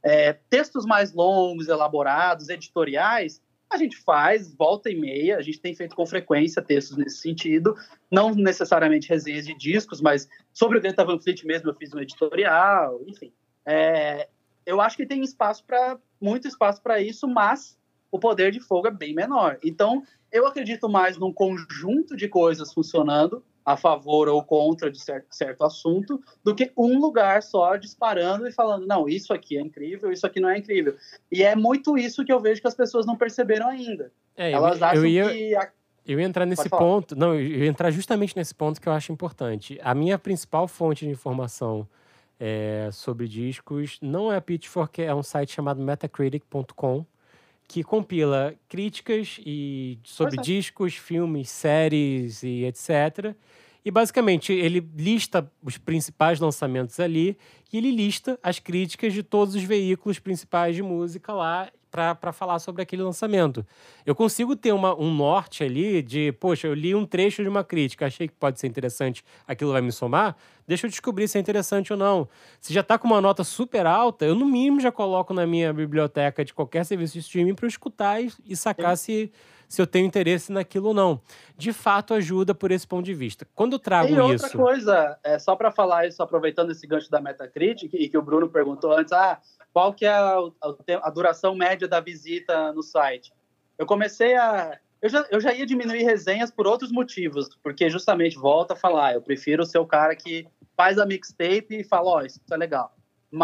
É, textos mais longos, elaborados, editoriais, a gente faz, volta e meia, a gente tem feito com frequência textos nesse sentido, não necessariamente resenhas de discos, mas sobre o Greta Van Fleet mesmo eu fiz um editorial, enfim. É, eu acho que tem espaço para muito espaço para isso, mas o poder de fogo é bem menor. Então, eu acredito mais num conjunto de coisas funcionando a favor ou contra de certo, certo assunto, do que um lugar só disparando e falando, não, isso aqui é incrível, isso aqui não é incrível. E é muito isso que eu vejo que as pessoas não perceberam ainda. É, Elas eu, acham eu ia, que... A... Eu ia entrar nesse ponto... Não, eu ia entrar justamente nesse ponto que eu acho importante. A minha principal fonte de informação é, sobre discos não é a Pitchfork, é um site chamado metacritic ponto com, que compila críticas e sobre é. discos, filmes, séries e etcétera. E, basicamente, ele lista os principais lançamentos ali e ele lista as críticas de todos os veículos principais de música lá para falar sobre aquele lançamento. Eu consigo ter uma, um norte ali de, poxa, eu li um trecho de uma crítica, achei que pode ser interessante, aquilo vai me somar, deixa eu descobrir se é interessante ou não. Se já está com uma nota super alta, eu no mínimo já coloco na minha biblioteca de qualquer serviço de streaming para eu escutar e, e sacar se, se eu tenho interesse naquilo ou não. De fato, ajuda por esse ponto de vista. Quando eu trago isso... E outra isso... coisa, é, só para falar isso, aproveitando esse gancho da Metacritic, e que o Bruno perguntou antes, ah, qual que é a, a, a duração média da visita no site? Eu comecei a... Eu já, eu já ia diminuir resenhas por outros motivos, porque justamente, volta a falar, eu prefiro ser o cara que faz a mixtape e fala, ó, oh, isso é legal.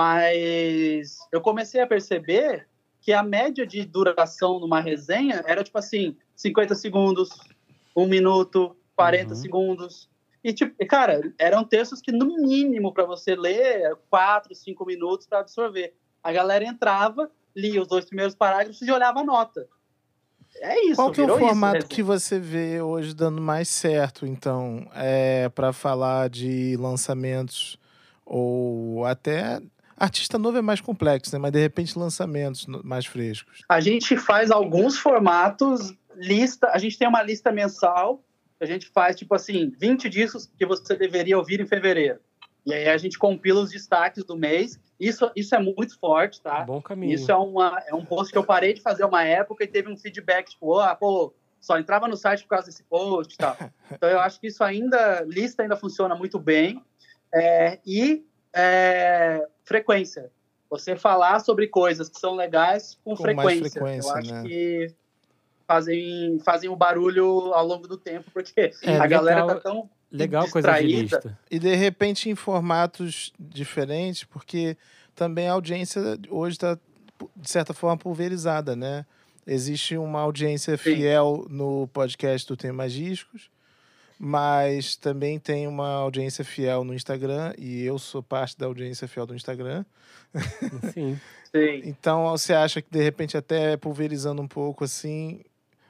Mas eu comecei a perceber que a média de duração numa resenha era, tipo assim, cinquenta segundos, um minuto, quarenta Uhum. segundos. E, tipo, cara, eram textos que, no mínimo, para você ler, quatro, cinco minutos para absorver. A galera entrava, lia os dois primeiros parágrafos e olhava a nota. É isso. Qual que é o formato isso, que você vê hoje dando mais certo, então, é, para falar de lançamentos ou até... Artista novo é mais complexo, né? Mas, de repente, lançamentos mais frescos. A gente faz alguns formatos, lista... A gente tem uma lista mensal, a gente faz, tipo assim, vinte discos que você deveria ouvir em fevereiro. E aí a gente compila os destaques do mês. Isso, isso é muito forte, tá? Bom caminho. Isso é, uma, é um post que eu parei de fazer uma época e teve um feedback, tipo, ah, pô, só entrava no site por causa desse post e tal. Então eu acho que isso ainda, lista ainda funciona muito bem. É, e é, frequência. Você falar sobre coisas que são legais com, com frequência. Mais frequência. Eu acho né? que fazem, fazem um barulho ao longo do tempo, porque É, a legal, galera tá tão legal distraída. Coisa de lista. E, de repente, em formatos diferentes, porque também a audiência hoje está, de certa forma, pulverizada, né? Existe uma audiência fiel Sim. no podcast do Tem Mais Discos, mas também tem uma audiência fiel no Instagram, e eu sou parte da audiência fiel do Instagram. Sim. Sim. Então, você acha que, de repente, até pulverizando um pouco, assim,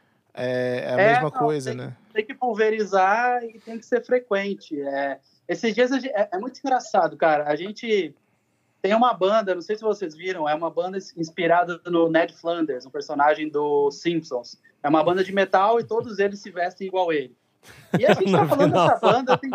é, é a é, mesma não, coisa, tem, né? Tem que pulverizar e tem que ser frequente. É, esses dias é, é muito engraçado, cara. A gente tem uma banda, não sei se vocês viram, é uma banda inspirada no Ned Flanders, um personagem do Simpsons. É uma banda de metal e todos eles se vestem igual ele. E a gente tá falando dessa banda... Tem...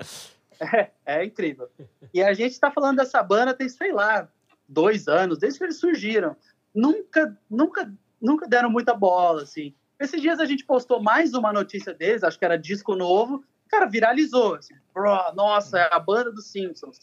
É, é incrível. E a gente tá falando dessa banda tem, sei lá, dois anos, desde que eles surgiram. Nunca, nunca, nunca deram muita bola, assim. Esses dias a gente postou mais uma notícia deles, acho que era disco novo, cara, viralizou. Assim, Bro, nossa, é a banda dos Simpsons.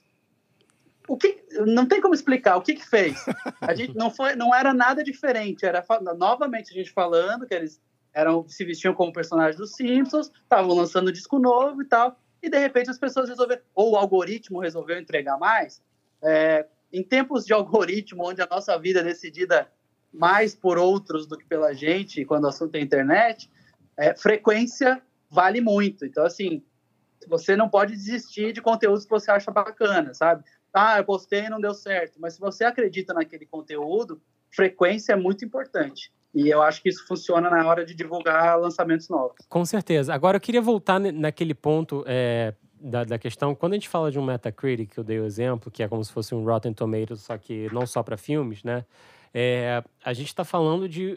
O que, não tem como explicar o que que fez. A gente não, foi, não era nada diferente, era novamente a gente falando que eles eram, se vestiam como personagens dos Simpsons, estavam lançando disco novo e tal, e de repente as pessoas resolveram, ou o algoritmo resolveu entregar mais. É, em tempos de algoritmo, onde a nossa vida é decidida mais por outros do que pela gente, quando o assunto é internet, é, frequência vale muito. Então, assim, você não pode desistir de conteúdos que você acha bacana, sabe? Ah, eu postei e não deu certo. Mas se você acredita naquele conteúdo, frequência é muito importante. E eu acho que isso funciona na hora de divulgar lançamentos novos. Com certeza. Agora, eu queria voltar naquele ponto é, da, da questão. Quando a gente fala de um Metacritic, que eu dei o exemplo, que é como se fosse um Rotten Tomatoes, só que não só para filmes, né? É, a gente está falando de,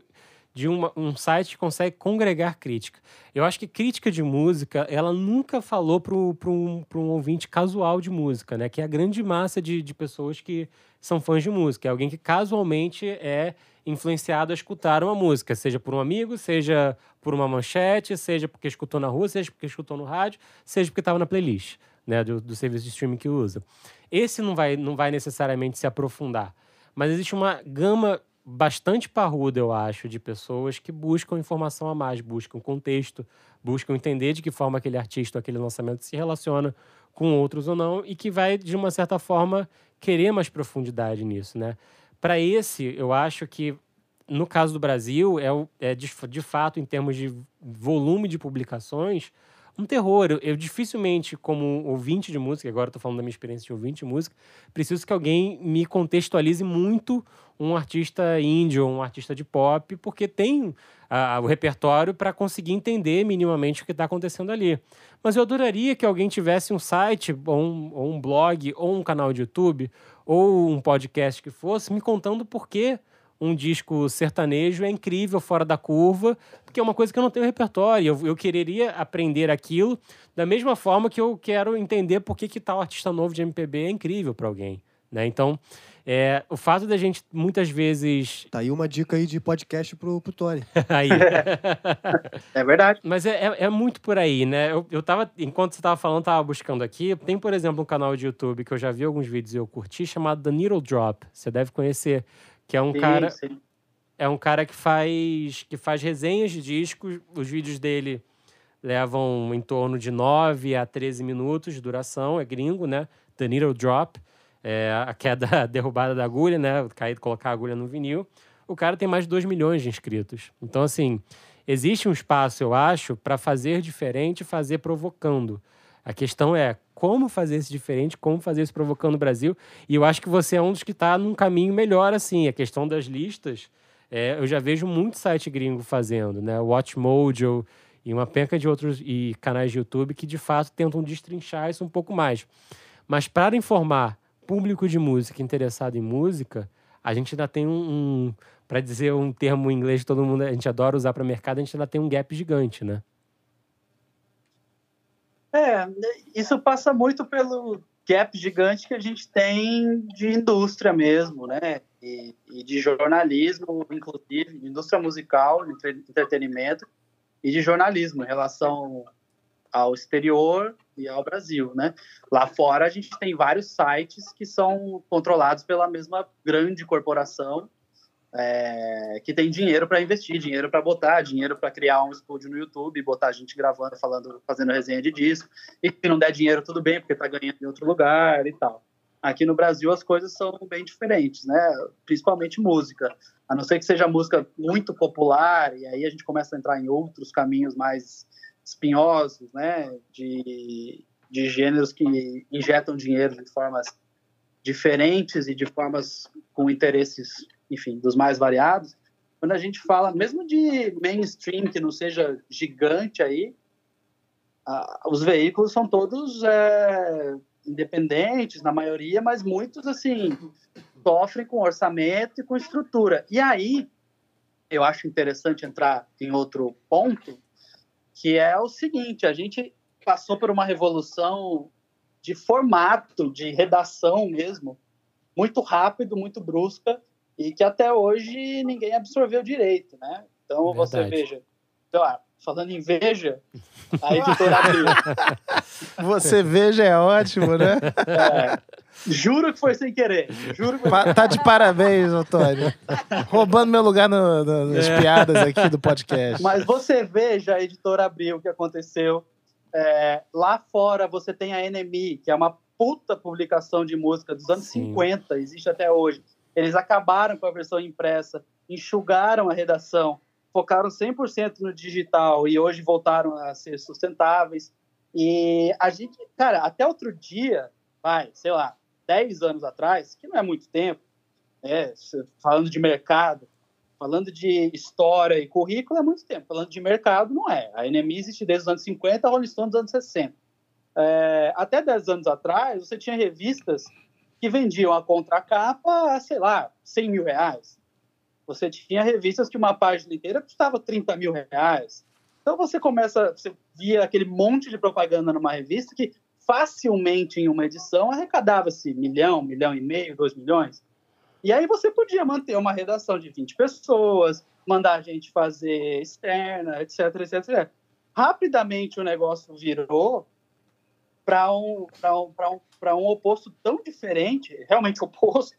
de uma, um site que consegue congregar crítica. Eu acho que crítica de música, ela nunca falou para um, um ouvinte casual de música, né? Que é a grande massa de, de pessoas que são fãs de música. É alguém que casualmente é influenciado a escutar uma música, seja por um amigo, seja por uma manchete, seja porque escutou na rua, seja porque escutou no rádio, seja porque estava na playlist, né, do, do serviço de streaming que usa. Esse não vai, não vai necessariamente se aprofundar, mas existe uma gama bastante parruda, eu acho, de pessoas que buscam informação a mais, buscam contexto, buscam entender de que forma aquele artista ou aquele lançamento se relaciona com outros ou não, e que vai, de uma certa forma, querer mais profundidade nisso, né? Para esse, eu acho que, no caso do Brasil, é, é de, de fato, em termos de volume de publicações, um terror. Eu, eu dificilmente, como ouvinte de música, agora estou falando da minha experiência de ouvinte de música, preciso que alguém me contextualize muito um artista indie ou um artista de pop, porque tem ah, o repertório para conseguir entender minimamente o que está acontecendo ali. Mas eu adoraria que alguém tivesse um site, ou um, ou um blog, ou um canal de YouTube, ou um podcast que fosse, me contando por que um disco sertanejo é incrível, fora da curva, porque é uma coisa que eu não tenho repertório. Eu, eu quereria aprender aquilo da mesma forma que eu quero entender por que, que tal artista novo de M P B é incrível para alguém, né? Então, é, o fato da gente, muitas vezes... Tá aí uma dica aí de podcast pro, pro Tony. aí. É verdade. Mas é, é, é muito por aí, né? Eu, eu tava, enquanto você tava falando, tava buscando aqui. Tem, por exemplo, um canal de YouTube que eu já vi alguns vídeos e eu curti, chamado The Needle Drop. Você deve conhecer. Que é um Sim, cara, sim. é um cara que faz, que faz resenhas de discos. Os vídeos dele levam em torno de nove a treze minutos de duração. É gringo, né? The Needle Drop. É a queda, a derrubada da agulha, né? Cair, colocar a agulha no vinil. O cara tem mais de dois milhões de inscritos. Então, assim, existe um espaço, eu acho, para fazer diferente e fazer provocando. A questão é como fazer isso diferente, como fazer isso provocando no Brasil. E eu acho que você é um dos que está num caminho melhor, assim. A questão das listas, é, eu já vejo muito site gringo fazendo, né? Watchmojo e uma penca de outros e canais de YouTube que, de fato, tentam destrinchar isso um pouco mais. Mas para informar público de música interessado em música, a gente ainda tem um... um para dizer um termo em inglês que todo mundo a gente adora usar para mercado, a gente ainda tem um gap gigante, né? É, isso passa muito pelo gap gigante que a gente tem de indústria mesmo, né? E, e de jornalismo, inclusive, de indústria musical, de entre- entretenimento e de jornalismo em relação ao exterior e ao Brasil, né? Lá fora a gente tem vários sites que são controlados pela mesma grande corporação, é, que tem dinheiro para investir, dinheiro para botar, dinheiro para criar um estúdio no YouTube, botar gente gravando, falando, fazendo resenha de disco, e se não der dinheiro tudo bem, porque está ganhando em outro lugar e tal. Aqui no Brasil as coisas são bem diferentes, né? Principalmente música, a não ser que seja música muito popular, e aí a gente começa a entrar em outros caminhos mais espinhosos, né? De, de gêneros que injetam dinheiro de formas diferentes e de formas com interesses, enfim, dos mais variados. Quando a gente fala, mesmo de mainstream, que não seja gigante aí, ah, os veículos são todos é, independentes, na maioria, mas muitos, assim, sofrem com orçamento e com estrutura. E aí, eu acho interessante entrar em outro ponto, que é o seguinte, a gente passou por uma revolução de formato, de redação mesmo, muito rápido, muito brusca, e que até hoje ninguém absorveu direito, né? Então, Verdade. você veja, sei lá, falando em Veja, a editora abriu. Você veja, é ótimo, né? É, juro que foi sem querer. Juro que foi... Pa- Tá de parabéns, Antônio. Roubando meu lugar no- no- nas É. piadas aqui do podcast. Mas você veja a editora abriu o que aconteceu. É, lá fora você tem a N M E, que é uma puta publicação de música dos anos Sim. cinquenta, existe até hoje. Eles acabaram com a versão impressa, enxugaram a redação, focaram cem por cento no digital e hoje voltaram a ser sustentáveis. E a gente, cara, até outro dia, vai, sei lá, dez anos atrás, que não é muito tempo, né, falando de mercado, falando de história e currículo é muito tempo, falando de mercado não é. A N M E existe desde os anos cinquenta, a Rolling Stone dos anos sessenta. É, até dez anos atrás, você tinha revistas que vendiam a contracapa a, sei lá, cem mil reais. Você tinha revistas que uma página inteira custava trinta mil reais. Então você começa, você via aquele monte de propaganda numa revista que facilmente em uma edição arrecadava-se milhão, milhão e meio, dois milhões. E aí você podia manter uma redação de vinte pessoas, mandar a gente fazer externa, etc, etc, etcétera. Rapidamente o negócio virou para um, para um, para um, para um oposto tão diferente, realmente oposto,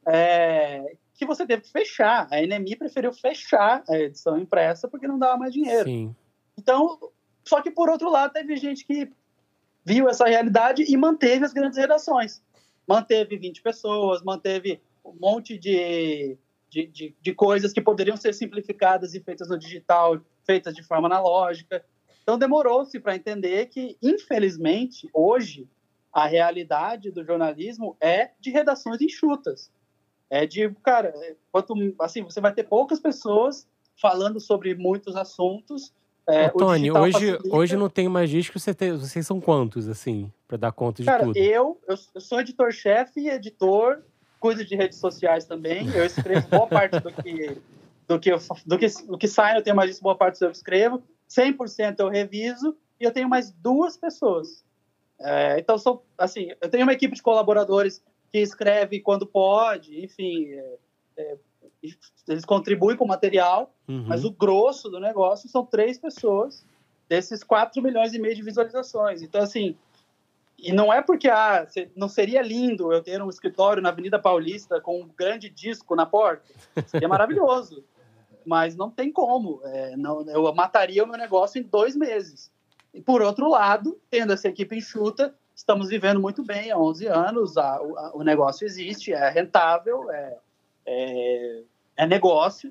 é, que você teve que fechar. A N M I preferiu fechar a edição impressa porque não dava mais dinheiro. Sim. Então, só que por outro lado, teve gente que viu essa realidade e manteve as grandes redações. Manteve vinte pessoas, manteve um monte de, de, de, de coisas que poderiam ser simplificadas e feitas no digital, feitas de forma analógica. Então, demorou-se para entender que, infelizmente, hoje, a realidade do jornalismo é de redações enxutas. É de, cara, quanto, assim, você vai ter poucas pessoas falando sobre muitos assuntos. É, Ô, Tony, hoje, facilita... hoje não tem mais disco, você tem, vocês são quantos, assim, para dar conta de cara, tudo? Eu, eu, eu sou editor-chefe e editor, cuido de redes sociais também, eu escrevo boa parte do que, do que, eu, do que, do que sai, eu tenho mais disso, boa parte eu escrevo, cem por cento eu reviso, e eu tenho mais duas pessoas. É, então, sou, assim, eu tenho uma equipe de colaboradores que escreve quando pode, enfim, é, é, eles contribuem com o material, Uhum. mas o grosso do negócio são três pessoas desses quatro milhões e meio de visualizações. Então, assim, e não é porque ah, não seria lindo eu ter um escritório na Avenida Paulista com um grande disco na porta. Seria maravilhoso, mas não tem como. É, não, eu mataria o meu negócio em dois meses. E, por outro lado, tendo essa equipe enxuta, estamos vivendo muito bem há onze anos, a, a, o negócio existe, é rentável, é, é, é negócio.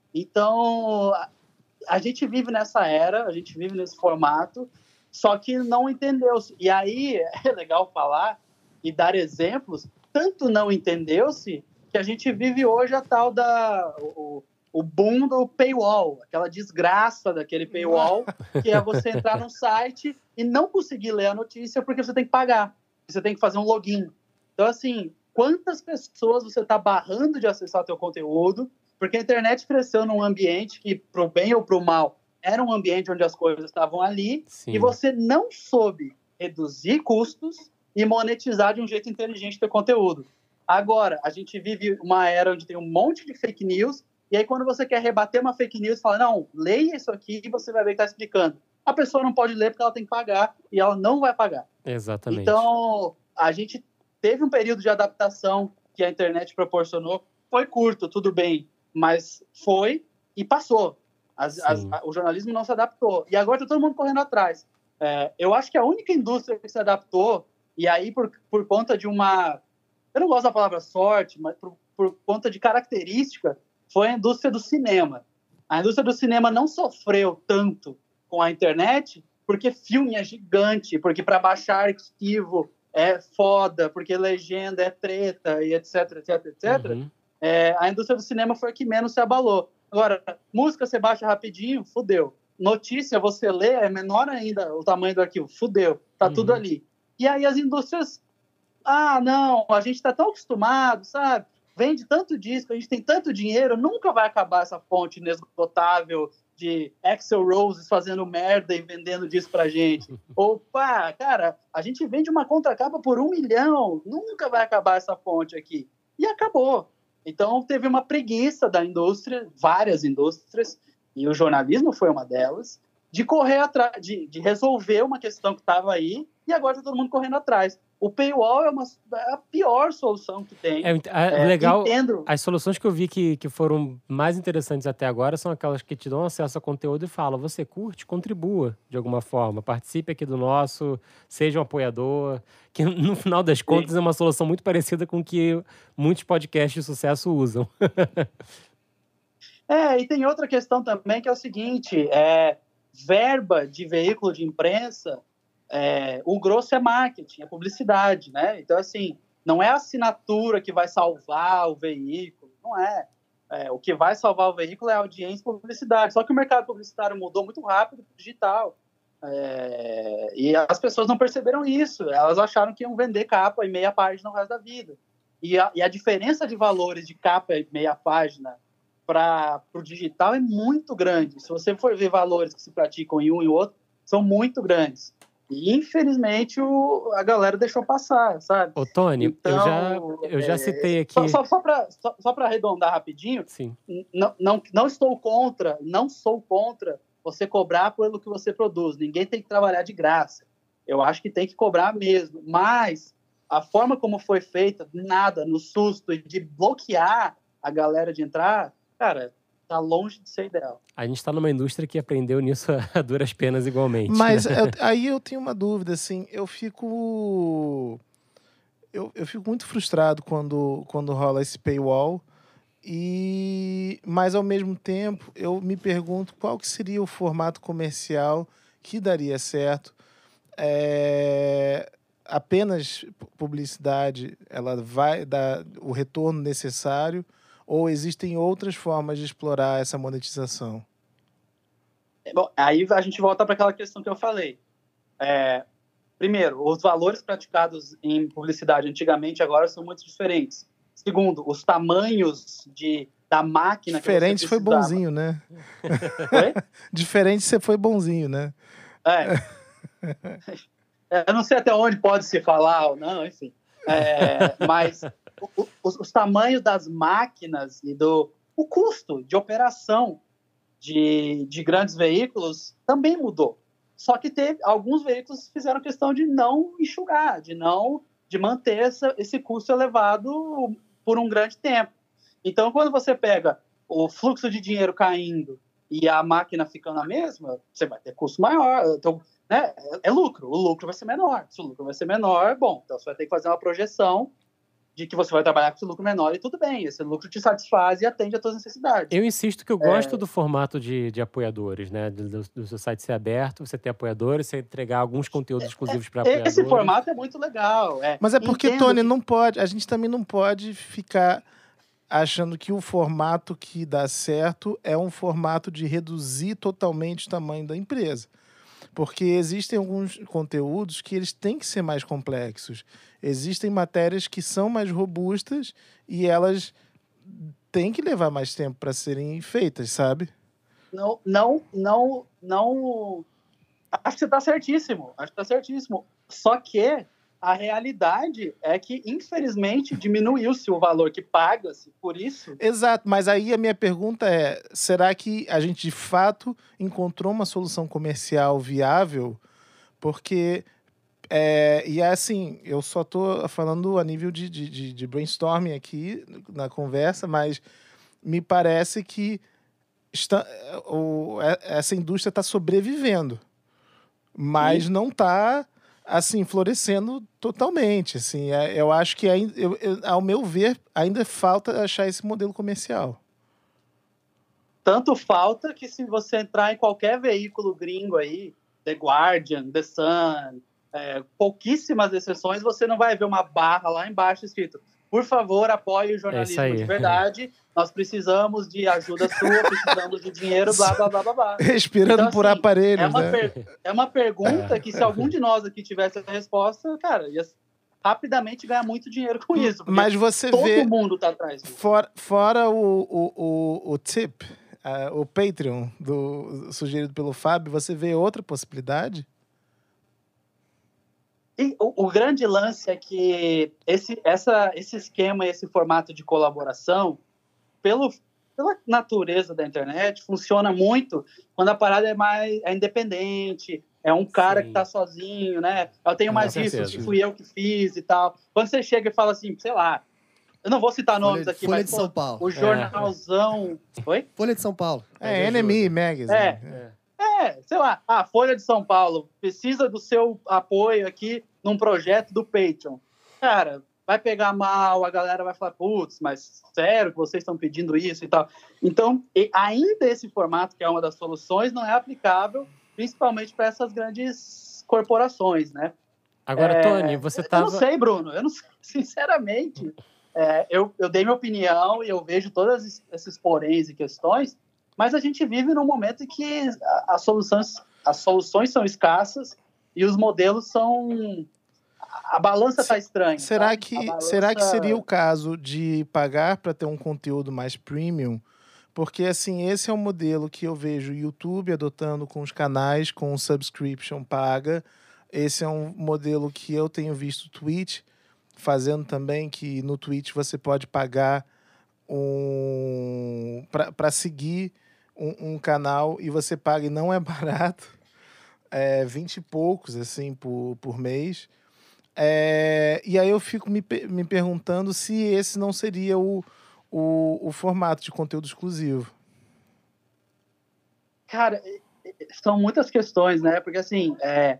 Então, a, a gente vive nessa era, a gente vive nesse formato, só que não entendeu-se. E aí é legal falar e dar exemplos, tanto não entendeu-se que a gente vive hoje a tal da... O, o boom do paywall, aquela desgraça daquele paywall, que é você entrar num site e não conseguir ler a notícia porque você tem que pagar, você tem que fazer um login. Então, assim, quantas pessoas você está barrando de acessar o teu conteúdo, porque a internet cresceu num ambiente que, pro bem ou pro mal, era um ambiente onde as coisas estavam ali, Sim. e você não soube reduzir custos e monetizar de um jeito inteligente o teu conteúdo. Agora, a gente vive uma era onde tem um monte de fake news, e aí, quando você quer rebater uma fake news, fala, não, leia isso aqui e você vai ver que está explicando. A pessoa não pode ler porque ela tem que pagar e ela não vai pagar. Exatamente. Então, a gente teve um período de adaptação que a internet proporcionou. Foi curto, tudo bem, mas foi e passou. As, as, a, o jornalismo não se adaptou. E agora está todo mundo correndo atrás. É, eu acho que a única indústria que se adaptou, e aí por, por conta de uma... Eu não gosto da palavra sorte, mas por, por conta de característica, foi a indústria do cinema. A indústria do cinema não sofreu tanto com a internet porque filme é gigante, porque para baixar arquivo é foda, porque legenda é treta, e etc, etc, etc. Uhum. É, a indústria do cinema foi a que menos se abalou. Agora, música você baixa rapidinho, fudeu. Notícia você lê, é menor ainda o tamanho do arquivo, fudeu. Tá uhum. tudo ali. E aí as indústrias... Ah, não, a gente tá tão acostumado, sabe? Vende tanto disco, a gente tem tanto dinheiro, nunca vai acabar essa fonte inesgotável de Axl Rose fazendo merda e vendendo disco pra gente. Opa, cara, a gente vende uma contracapa por um milhão, nunca vai acabar essa fonte aqui. E acabou. Então, teve uma preguiça da indústria, várias indústrias, e o jornalismo foi uma delas, de correr atrás, de, de resolver uma questão que estava aí, e agora está todo mundo correndo atrás. O paywall é, uma, é a pior solução que tem. É, é, legal, entendo. As soluções que eu vi que, que foram mais interessantes até agora são aquelas que te dão acesso a conteúdo e falam, você curte, contribua de alguma forma, participe aqui do nosso, seja um apoiador, que no final das contas Sim. é uma solução muito parecida com o que muitos podcasts de sucesso usam. É, e tem outra questão também que é o seguinte, é, verba de veículo de imprensa, É, o grosso é marketing, é publicidade, né? Então, assim, não é a assinatura que vai salvar o veículo, não é. é. O que vai salvar o veículo é a audiência e publicidade. Só que o mercado publicitário mudou muito rápido para o digital. É, e as pessoas não perceberam isso. Elas acharam que iam vender capa e meia página no resto da vida. E a, e a diferença de valores de capa e meia página para o digital é muito grande. Se você for ver valores que se praticam em um e outro, são muito grandes. E, infelizmente, o, a galera deixou passar, sabe? Ô, Tony, então, eu já, eu já é, citei aqui... Só, só, só para só, só arredondar rapidinho, Sim. Não, não, não estou contra, não sou contra você cobrar pelo que você produz. Ninguém tem que trabalhar de graça. Eu acho que tem que cobrar mesmo. Mas a forma como foi feita, nada, no susto de bloquear a galera de entrar, cara, tá longe de ser ideal. A gente está numa indústria que aprendeu nisso a duras penas igualmente. Mas né? eu, aí eu tenho uma dúvida, assim, eu fico... Eu, eu fico muito frustrado quando, quando rola esse paywall, e, mas ao mesmo tempo eu me pergunto qual que seria o formato comercial que daria certo. É, apenas publicidade, ela vai dar o retorno necessário, ou existem outras formas de explorar essa monetização? Bom, aí a gente volta para aquela questão que eu falei. É, primeiro, os valores praticados em publicidade antigamente agora são muito diferentes. Segundo, os tamanhos de, da máquina Diferente que você foi precisava... bonzinho, né? Oi? Diferente você foi bonzinho, né? É. Eu não sei até onde pode se falar ou não, enfim. É, mas o, os, os tamanhos das máquinas e do o custo de operação de, de grandes veículos também mudou. Só que teve, alguns veículos fizeram questão de não enxugar, de não de manter essa, esse custo elevado por um grande tempo. Então, quando você pega o fluxo de dinheiro caindo e a máquina ficando a mesma, você vai ter custo maior. Então, né, é, é lucro. O lucro vai ser menor. Se o lucro vai ser menor, bom, então você vai ter que fazer uma projeção de que você vai trabalhar com esse lucro menor e tudo bem. Esse lucro te satisfaz e atende às suas necessidades. Eu insisto que eu gosto é... do formato de, de apoiadores, né? Do, do seu site ser aberto, você ter apoiadores, você entregar alguns conteúdos exclusivos para apoiadores. Esse formato é muito legal. É. Mas é porque, Entendo Tony, que... não pode... A gente também não pode ficar achando que o formato que dá certo é um formato de reduzir totalmente o tamanho da empresa. Porque existem alguns conteúdos que eles têm que ser mais complexos. Existem matérias que são mais robustas e elas têm que levar mais tempo para serem feitas, sabe? Não, não, não, não... Acho que você está certíssimo. Acho que está certíssimo. Só que a realidade é que, infelizmente, diminuiu-se o valor que paga-se por isso. Exato, mas aí a minha pergunta é, será que a gente, de fato, encontrou uma solução comercial viável? Porque, é, e é assim, eu só estou falando a nível de, de, de brainstorming aqui na conversa, mas me parece que está, o, essa indústria está sobrevivendo, mas Sim. não está... assim, florescendo totalmente, assim, eu acho que, ainda, eu, eu, ao meu ver, ainda falta achar esse modelo comercial. Tanto falta que se você entrar em qualquer veículo gringo aí, The Guardian, The Sun, é, pouquíssimas exceções, você não vai ver uma barra lá embaixo escrito: por favor, apoie o jornalismo é de verdade, nós precisamos de ajuda sua, precisamos de dinheiro, blá, blá, blá, blá, blá. Respirando então, por assim, aparelhos, é uma, né? per- é uma pergunta que, se algum de nós aqui tivesse a resposta, cara, ia rapidamente ganhar muito dinheiro com isso. Mas você todo vê... Todo mundo tá atrás disso. For, fora o, o, o, o tip, uh, o Patreon do, sugerido pelo Fábio, você vê outra possibilidade? E o, o grande lance é que esse, essa, esse esquema, esse formato de colaboração, pelo, pela natureza da internet, funciona muito quando a parada é mais é independente, é um cara Sim. que está sozinho, né? Eu tenho mais isso, que fui eu que fiz e tal. Quando você chega e fala assim, sei lá, eu não vou citar Folha, nomes aqui, Folha mas de São Paulo. O jornalzão... É. Oi? Folha de São Paulo. É, N M E Magazine. É, é. é, sei lá, a Folha de São Paulo precisa do seu apoio aqui num projeto do Patreon. Cara, vai pegar mal, a galera vai falar, putz, mas sério que vocês estão pedindo isso e tal. Então, e ainda esse formato, que é uma das soluções, não é aplicável, principalmente para essas grandes corporações, né? Agora, é, Tony, você estava... Eu não sei, Bruno, eu não sei, sinceramente. É, eu, eu dei minha opinião e eu vejo todos esses poréns e questões, mas a gente vive num momento em que as soluções, as soluções são escassas e os modelos são... A balança está estranha. Será sabe? que, balança... será que seria o caso de pagar para ter um conteúdo mais premium, Porque, assim, esse é um modelo que eu vejo o YouTube adotando com os canais, com subscription paga. Esse é um modelo que eu tenho visto o Twitch fazendo também, que no Twitch você pode pagar um para seguir um, um canal e você paga e não é barato. É vinte e poucos, assim, por, por mês. É, e aí eu fico me, me perguntando se esse não seria o, o, o formato de conteúdo exclusivo. Cara, são muitas questões, né? Porque, assim, é...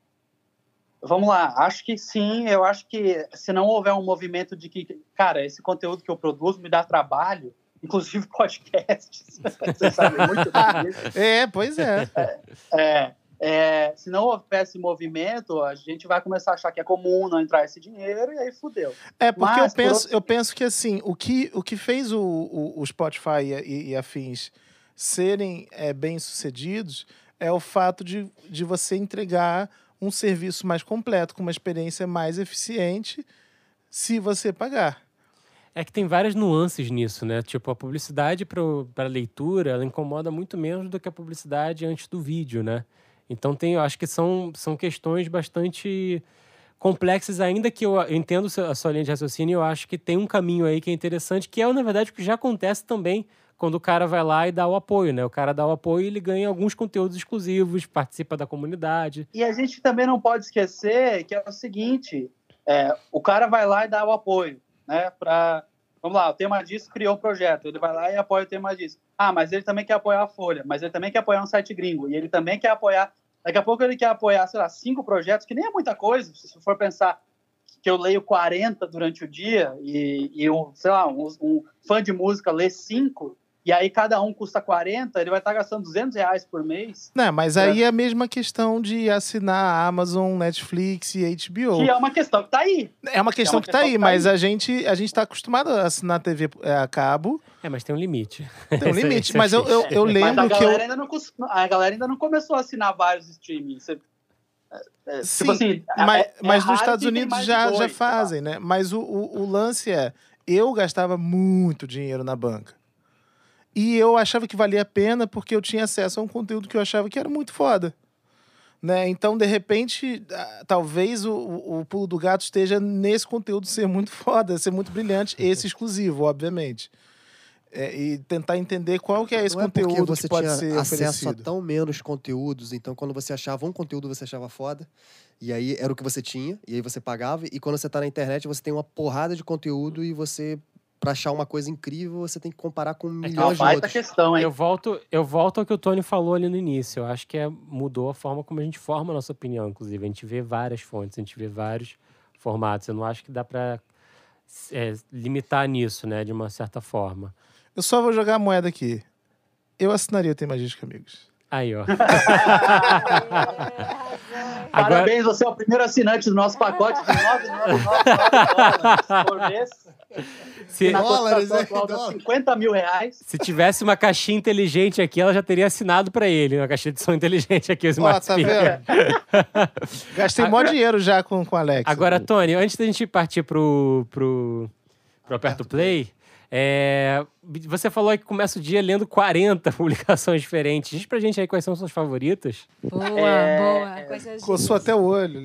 vamos lá, acho que sim, eu acho que se não houver um movimento de que, cara, esse conteúdo que eu produzo me dá trabalho, inclusive podcasts, vocês sabem muito disso. É, pois é. É, é, é, se não houver esse movimento, a gente vai começar a achar que é comum não entrar esse dinheiro e aí fudeu. É, porque Mas, eu, penso, por outro... eu penso que, assim, o que, o que fez o, o, o Spotify e, e afins serem é, bem-sucedidos é o fato de, de você entregar um serviço mais completo, com uma experiência mais eficiente, se você pagar. É que tem várias nuances nisso, né? Tipo, a publicidade para leitura, ela incomoda muito menos do que a publicidade antes do vídeo, né? Então, tem, eu acho que são, são questões bastante complexas, ainda que eu, eu entendo a sua linha de raciocínio, eu acho que tem um caminho aí que é interessante, que é, na verdade, o que já acontece também quando o cara vai lá e dá o apoio, né? O cara dá o apoio e ele ganha alguns conteúdos exclusivos, participa da comunidade. E a gente também não pode esquecer que é o seguinte, é, o cara vai lá e dá o apoio, né? Pra, vamos lá, o Tema Disso criou um projeto, ele vai lá e apoia o Tema Disso. Ah, mas ele também quer apoiar a Folha, mas ele também quer apoiar um site gringo, e ele também quer apoiar... Daqui a pouco ele quer apoiar, sei lá, cinco projetos, que nem é muita coisa, se você for pensar que eu leio quarenta durante o dia, e, e um, sei lá, um, um fã de música lê cinco... E aí cada um custa quarenta, ele vai estar gastando duzentos reais por mês. Não, mas aí é a mesma questão de assinar a Amazon, Netflix e H B O. Que é uma questão que tá aí. É uma questão, é uma que, questão tá aí, que tá mas aí, mas a gente a gente tá acostumado a assinar T V a cabo. É, mas tem um limite. Tem um limite, mas eu, eu, eu lembro mas a que eu... Ainda não, a galera ainda não começou a assinar vários streamings. Você... É, Sim, tipo assim, mas, é, mas é nos Estados Unidos já, dois, já fazem, né? Mas o, o, o lance é, eu gastava muito dinheiro na banca. E eu achava que valia a pena porque eu tinha acesso a um conteúdo que eu achava que era muito foda. Né? Então, de repente, talvez o, o pulo do gato esteja nesse conteúdo ser muito foda, ser muito brilhante, esse exclusivo, obviamente. É, e tentar entender qual que é esse Não conteúdo é você que pode tinha ser acesso oferecido. a tão menos conteúdos, então quando você achava um conteúdo você achava foda, e aí era o que você tinha, e aí você pagava, e quando você tá na internet você tem uma porrada de conteúdo e você... Pra achar uma coisa incrível, você tem que comparar com milhões é de outros. Questão, hein? Eu volto, eu volto ao que o Tony falou ali no início. Eu acho que é, mudou a forma como a gente forma a nossa opinião, inclusive. A gente vê várias fontes, a gente vê vários formatos. Eu não acho que dá pra é, limitar nisso, né, de uma certa forma. Eu só vou jogar a moeda aqui. Eu assinaria o Tema Disco, amigos. Aí, ó. Parabéns, Agora... você é o primeiro assinante do nosso pacote de nove reais e noventa e nove centavos por mês. Se... Na dólares, é, dólares. cinquenta mil reais. Se tivesse uma caixinha inteligente aqui, ela já teria assinado pra ele. Uma caixinha de som inteligente aqui, os Smart Ó, tá vendo? Gastei mó dinheiro já com, com o Alex. Agora, Tony, antes da gente partir pro, pro, pro Aperto Play... É, você falou que começa o dia lendo quarenta publicações diferentes. Diz pra gente aí quais são suas favoritas. Boa, é, boa. Coisas coçou até o olho.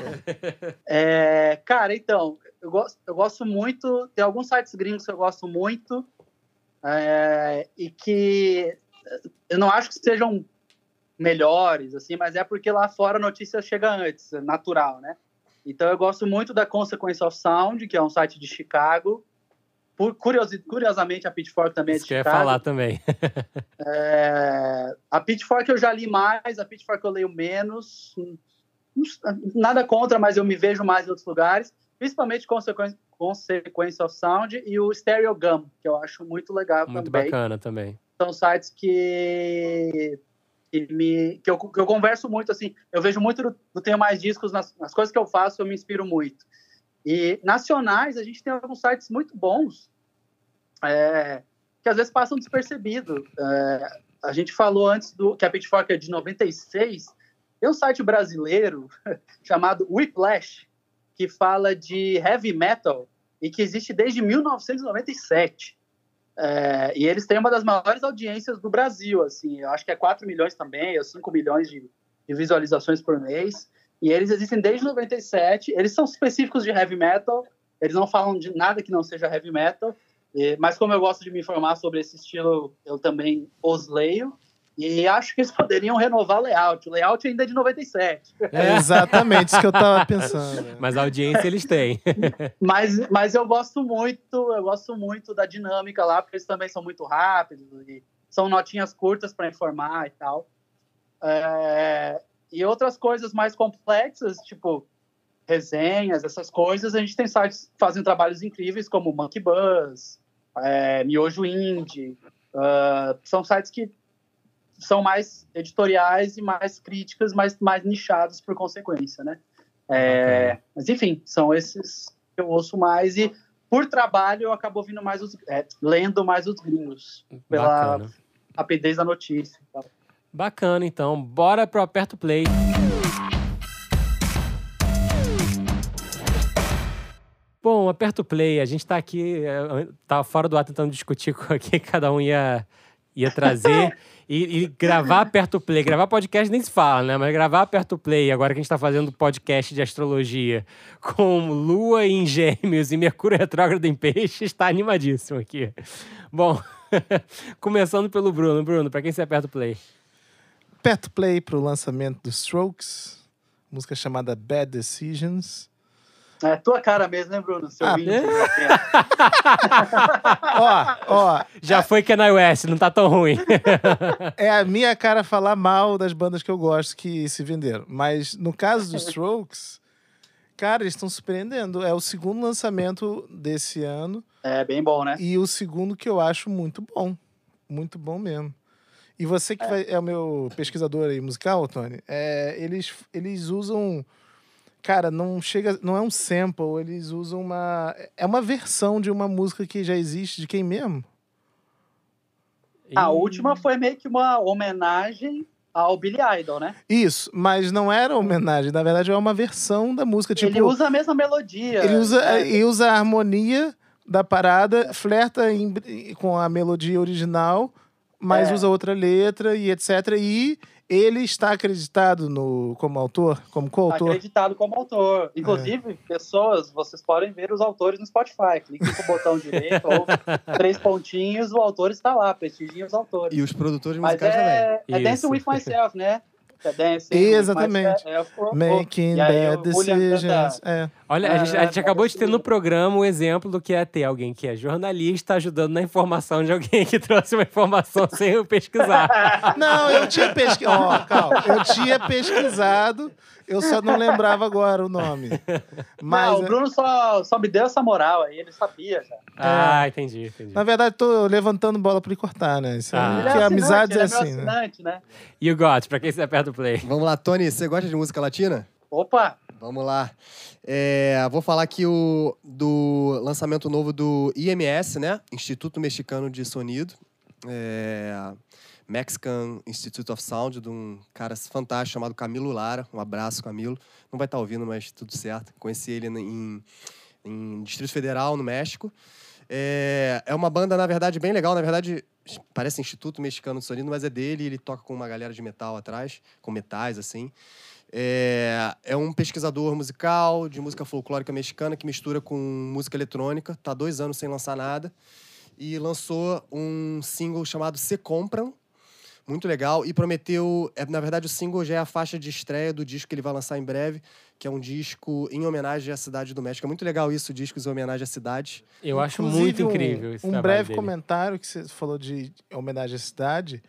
é, cara, então, eu gosto, eu gosto muito... Tem alguns sites gringos que eu gosto muito é, e que eu não acho que sejam melhores, assim, mas é porque lá fora a notícia chega antes, é natural, né? Então eu gosto muito da Consequence of Sound, que é um site de Chicago. Por curiosi- curiosamente, a Pitchfork também Isso é de que eu ia Chicago. falar também. é, a Pitchfork eu já li mais, a Pitchfork eu leio menos. Nada contra, mas eu me vejo mais em outros lugares. Principalmente Consequence, Consequence of Sound e o Stereo Gum, que eu acho muito legal muito também. Muito bacana também. São sites que, que, me, que, eu, que eu converso muito, assim. Eu vejo muito do, do Tenho Mais Discos, nas, nas coisas que eu faço, eu me inspiro muito. E nacionais, a gente tem alguns sites muito bons, é, que às vezes passam despercebido. É, a gente falou antes do, que a Pitchfork é de noventa e seis. Tem um site brasileiro chamado Whiplash, que fala de heavy metal e que existe desde mil novecentos e noventa e sete. É, e eles têm uma das maiores audiências do Brasil, assim, eu acho que é quatro milhões também, ou cinco milhões de, de visualizações por mês. E eles existem desde noventa e sete, eles são específicos de heavy metal, eles não falam de nada que não seja heavy metal, e, mas como eu gosto de me informar sobre esse estilo, eu também os leio, e acho que eles poderiam renovar o layout. O layout ainda é de noventa e sete. É exatamente isso que eu tava pensando. Mas a audiência eles têm. mas, mas eu gosto muito, eu gosto muito da dinâmica lá, porque eles também são muito rápidos, e são notinhas curtas para informar e tal. É... E outras coisas mais complexas, tipo resenhas, essas coisas, a gente tem sites que fazem trabalhos incríveis, como Monkey Buzz, é, Miojo Indie. Uh, são sites que são mais editoriais e mais críticas, mais, mais nichados por consequência, né? É, okay. Mas, enfim, são esses que eu ouço mais. E, por trabalho, eu acabo ouvindo mais os, é, lendo mais os gringos, pela Bacana. rapidez da notícia e tal. Bacana, então. Bora pro Aperto Play. Bom, Aperto Play. A gente tá aqui, tá fora do ar tentando discutir com o que cada um ia, ia trazer. e, e gravar Aperto Play. Gravar podcast nem se fala, né? Mas gravar Aperto Play, agora que a gente tá fazendo podcast de astrologia com Lua em Gêmeos e Mercúrio retrógrado em Peixes, tá animadíssimo aqui. Bom, começando pelo Bruno. Bruno, pra quem você aperta o play? Aperto play pro lançamento dos Strokes, música chamada Bad Decisions. É tua cara mesmo, né, Bruno? Seu ah, vídeo. ó, ó. Já foi Kanye West, não tá tão ruim. É a minha cara falar mal das bandas que eu gosto que se venderam. Mas no caso dos Strokes, cara, eles estão surpreendendo. É o segundo lançamento desse ano. É bem bom, né? E o segundo que eu acho muito bom. Muito bom mesmo. E você que é, vai, é o meu pesquisador aí musical, Tony, é, eles, eles usam... Cara, não chega, não é um sample, eles usam uma... É uma versão de uma música que já existe, de quem mesmo? A e... última foi meio que uma homenagem ao Billy Idol, né? Isso, mas não era homenagem, na verdade é uma versão da música. Tipo, ele usa a mesma melodia. Ele usa, né? ele usa a harmonia da parada, flerta em, com a melodia original, mas é. usa outra letra e etcétera. E ele está acreditado no, como autor, como coautor? Acreditado como autor. Inclusive, é. pessoas, vocês podem ver os autores no Spotify. Clique no botão direito, ou três pontinhos, o autor está lá, prestigiem os autores. E os produtores Mas musicais é, também. É Dancing With Myself, né? É Dancing Exatamente. With Myself. Making Bad Decisions. É. Olha, a gente, a gente acabou de ter no programa um exemplo do que é ter alguém que é jornalista ajudando na informação de alguém que trouxe uma informação sem eu pesquisar. Não, eu tinha pesquisado. Ó, calma. Eu tinha pesquisado, eu só não lembrava agora o nome. Mas, não, o Bruno só, só me deu essa moral aí, ele sabia já. Ah, é. entendi, entendi. Na verdade, tô levantando bola pra ele cortar, né? Isso ah. é, ele é que assinante, amizades ele é é meu assim, assinante, né? né? You got, pra quem você aperta o play. Vamos lá, Tony, você gosta de música latina? Opa! Vamos lá. É, vou falar aqui o, do lançamento novo do I M S, né? Instituto Mexicano de Sonido. É, Mexican Institute of Sound, de um cara fantástico chamado Camilo Lara. Um abraço, Camilo. Não vai estar ouvindo, mas tudo certo. Conheci ele em, em Distrito Federal, no México. É, é uma banda, na verdade, bem legal. Na verdade, parece Instituto Mexicano de Sonido, mas é dele. Ele toca com uma galera de metal atrás, com metais, assim. É, é um pesquisador musical de música folclórica mexicana que mistura com música eletrônica. Tá há dois anos sem lançar nada. E lançou um single chamado Se Compram. Muito legal. E prometeu... É, na verdade, o single já é a faixa de estreia do disco que ele vai lançar em breve, que é um disco em homenagem à cidade do México. É muito legal isso, discos em homenagem à cidade. Eu acho Inclusive, muito um, incrível esse Um breve dele. comentário que você falou de homenagem à cidade.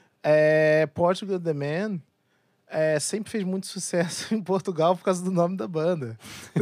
É, Portugal The Man... É, sempre fez muito sucesso em Portugal por causa do nome da banda.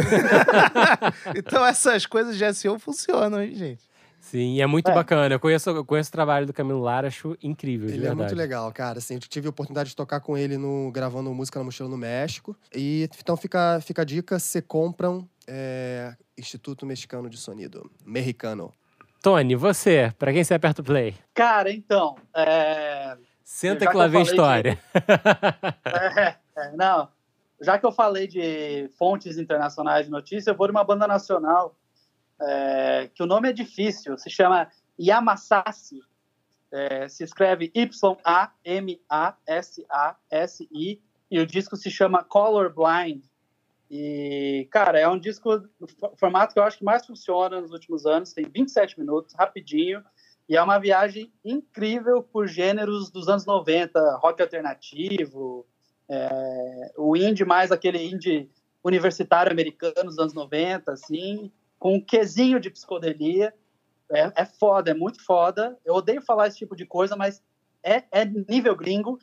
Então essas coisas de S E O funcionam, hein, gente? Sim, e é muito é. bacana. Eu conheço, eu conheço o trabalho do Camilo Lara, acho incrível, de Ele verdade. é muito legal, cara. Assim, eu tive a oportunidade de tocar com ele no, gravando música na mochila no México. E então fica, fica a dica, se compram é, Instituto Mexicano de Sonido. Mexicano. Tony, você, pra quem você aperta o play? Cara, então... É... Senta que lá vem história. De... É, é, não, já que eu falei de fontes internacionais de notícia, eu vou de uma banda nacional, é, que o nome é difícil, se chama Yamasasi. É, se escreve Y A M A S A S I, e o disco se chama Colorblind. E, cara, é um disco do formato que eu acho que mais funciona nos últimos anos, tem vinte e sete minutos, rapidinho, e é uma viagem incrível por gêneros dos anos noventa, rock alternativo, é, o indie mais aquele indie universitário americano dos anos noventa, assim, com um quesinho de psicodelia. É, é foda, é muito foda. Eu odeio falar esse tipo de coisa, mas é, é nível gringo.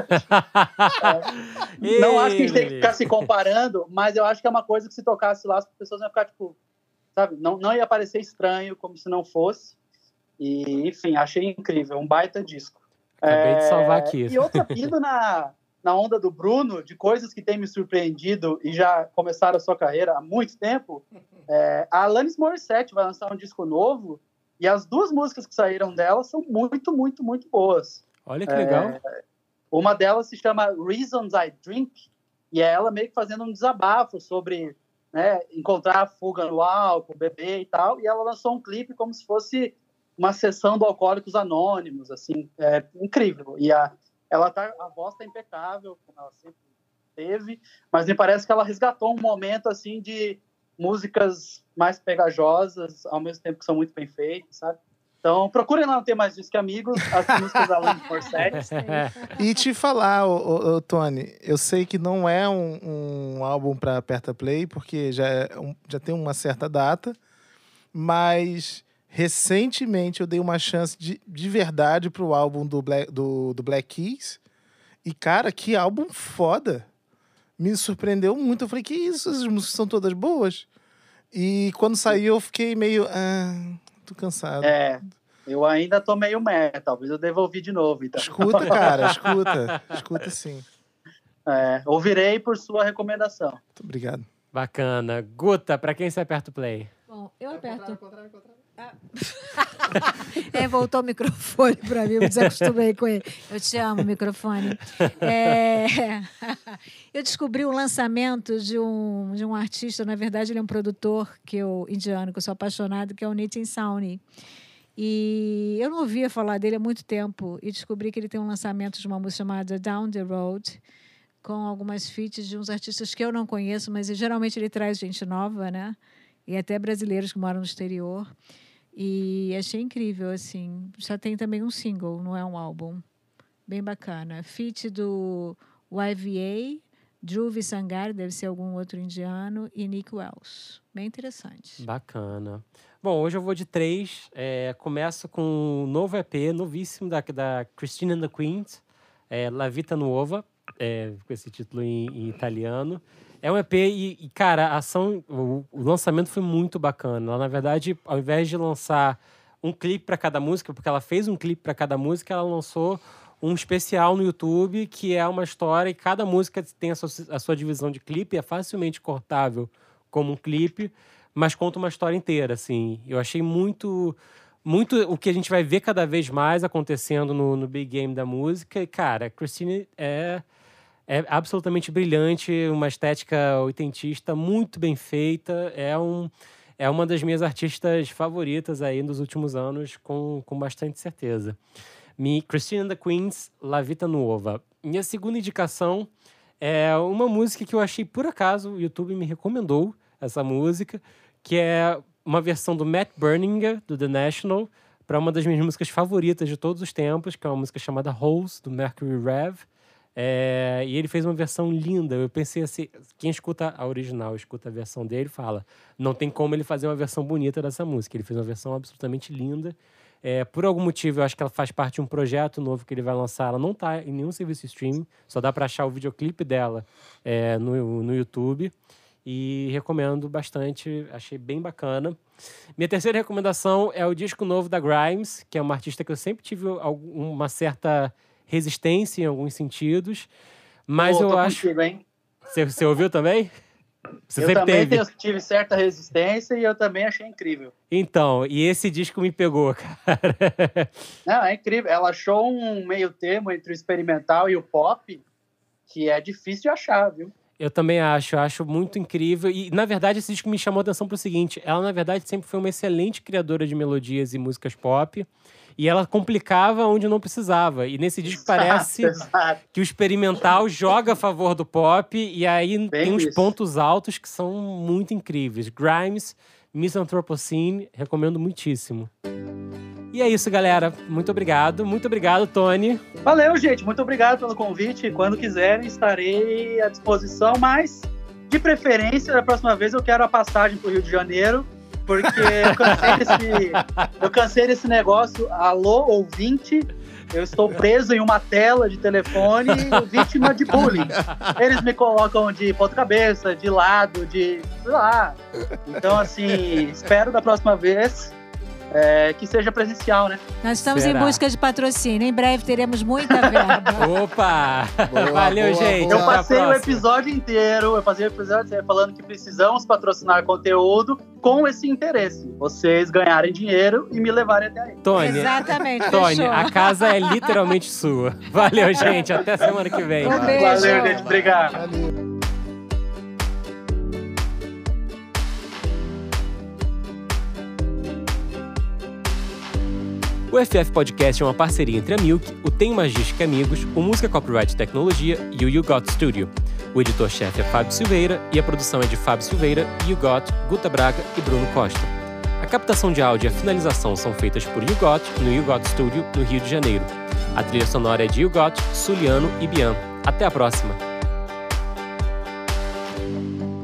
é, não acho que a gente tem que ficar se comparando, mas eu acho que é uma coisa que se tocasse lá, as pessoas iam ficar, tipo, sabe, não, não ia parecer estranho, como se não fosse. E, enfim, achei incrível, um baita disco. Acabei é, de salvar aqui. E outra, indo na, na onda do Bruno, de coisas que têm me surpreendido e já começaram a sua carreira há muito tempo, é, a Alanis Morissette vai lançar um disco novo, e as duas músicas que saíram dela são muito, muito, muito boas. Olha que legal. É, uma delas se chama Reasons I Drink, e é ela meio que fazendo um desabafo sobre, né, encontrar a fuga no álcool, beber e tal, e ela lançou um clipe como se fosse uma sessão do Alcoólicos Anônimos, assim, é incrível. E a, ela tá, a voz tá impecável, como ela sempre teve, mas me parece que ela resgatou um momento, assim, de músicas mais pegajosas, ao mesmo tempo que são muito bem feitas, sabe? Então, procurem lá não ter mais disso que amigos, as músicas da Alanis Morissette. E te falar, ô, ô, ô, Tony, eu sei que não é um, um álbum para aperta play, porque já, é um, já tem uma certa data, mas recentemente eu dei uma chance de, de verdade pro álbum do Black, do, do Black Keys, e, cara, que álbum foda! Me surpreendeu muito. Eu falei, que isso? As músicas são todas boas. E quando saiu, eu fiquei meio... Ah, tô cansado. É, eu ainda tô meio meh. Talvez eu devolvi de novo. Então. Escuta, cara. Escuta. Escuta, sim. É, ouvirei por sua recomendação. Muito obrigado. Bacana. Guta, pra quem você aperta o play? Bom, eu aperto... Ah. É, voltou o microfone para mim, eu me desacostumei com ele. Eu te amo, microfone. É... Eu descobri o lançamento de um, de um artista, na verdade ele é um produtor que eu, indiano, que eu sou apaixonada, que é o Nitin Sawhney. E eu não ouvia falar dele há muito tempo e descobri que ele tem um lançamento de uma música chamada Down the Road, com algumas feats de uns artistas que eu não conheço, mas geralmente ele traz gente nova, né? E até brasileiros que moram no exterior. E achei incrível, assim. Já tem também um single, não é um álbum. Bem bacana. Feat do Y V A, Dhruv Sangar, deve ser algum outro indiano, e Nick Wells. Bem interessante. Bacana. Bom, hoje eu vou de três. É, começo com um novo E P, novíssimo, da, da Christine and the Queens, é, La Vita Nuova, é, com esse título em, em italiano. É um E P e, e cara, a ação, o, o lançamento foi muito bacana. Ela, na verdade, ao invés de lançar um clipe para cada música, porque ela fez um clipe para cada música, ela lançou um especial no YouTube, que é uma história, e cada música tem a sua, a sua divisão de clipe, é facilmente cortável como um clipe, mas conta uma história inteira, assim. Eu achei muito, muito o que a gente vai ver cada vez mais acontecendo no, no big game da música. E, cara, a Christine é... É absolutamente brilhante, uma estética oitentista muito bem feita. É, um, é uma das minhas artistas favoritas aí nos últimos anos, com, com bastante certeza. Me, Christine and the Queens, La Vita Nuova. Minha segunda indicação é uma música que eu achei por acaso, o YouTube me recomendou essa música, que é uma versão do Matt Berninger, do The National, para uma das minhas músicas favoritas de todos os tempos, que é uma música chamada Holes, do Mercury Rev. É, e ele fez uma versão linda. Eu pensei assim, quem escuta a original, escuta a versão dele, fala, não tem como ele fazer uma versão bonita dessa música. Ele fez uma versão absolutamente linda. É, por algum motivo, eu acho que ela faz parte de um projeto novo que ele vai lançar. Ela não está em nenhum serviço de streaming, só dá para achar o videoclipe dela é, no, no YouTube. E recomendo bastante, achei bem bacana. Minha terceira recomendação é o disco novo da Grimes, que é uma artista que eu sempre tive uma certa resistência em alguns sentidos, mas Pô, eu tô acho... Contigo, hein? Você, você ouviu também? Você eu sempre também teve. tenho, tive certa resistência e eu também achei incrível. Então, e esse disco me pegou, cara. Não, é incrível. Ela achou um meio termo entre o experimental e o pop que é difícil de achar, viu? Eu também acho, eu acho muito incrível. E, na verdade, esse disco me chamou a atenção pro seguinte. Ela, na verdade, sempre foi uma excelente criadora de melodias e músicas pop. E ela complicava onde não precisava. E nesse disco parece Exato. que o experimental joga a favor do pop. E aí Bem tem uns isso. pontos altos que são muito incríveis. Grimes, Miss Anthropocene, recomendo muitíssimo. E é isso, galera. Muito obrigado. Muito obrigado, Tony. Valeu, gente. Muito obrigado pelo convite. Quando quiserem, estarei à disposição. Mas, de preferência, da próxima vez eu quero a passagem para o Rio de Janeiro, porque eu cansei desse, eu cansei desse negócio. Alô, ouvinte, eu estou preso em uma tela de telefone, vítima de bullying. Eles me colocam de ponta-cabeça, de lado, de... sei lá. Então, assim, espero da próxima vez... É, que seja presencial, né? Nós estamos Será? em busca de patrocínio. Em breve teremos muita verba. Opa! Boa, Valeu, boa, gente. boa. Eu Até a passei o próxima. episódio inteiro, eu passei o episódio inteiro falando que precisamos patrocinar conteúdo com esse interesse. Vocês ganharem dinheiro e me levarem até aí. Tony, Exatamente, Tony, fechou. a casa é literalmente sua. Valeu, gente. Até semana que vem. Um beijo. Valeu, gente. Obrigado. Valeu. O F F Podcast é uma parceria entre a Milk, o Tem Magística Amigos, o Música Copyright Tecnologia e o You Got Studio. O editor-chefe é Fábio Silveira e a produção é de Fábio Silveira, You Got, Guta Braga e Bruno Costa. A captação de áudio e a finalização são feitas por You Got no You Got Studio, no Rio de Janeiro. A trilha sonora é de You Got, Suliano e Bian. Até a próxima!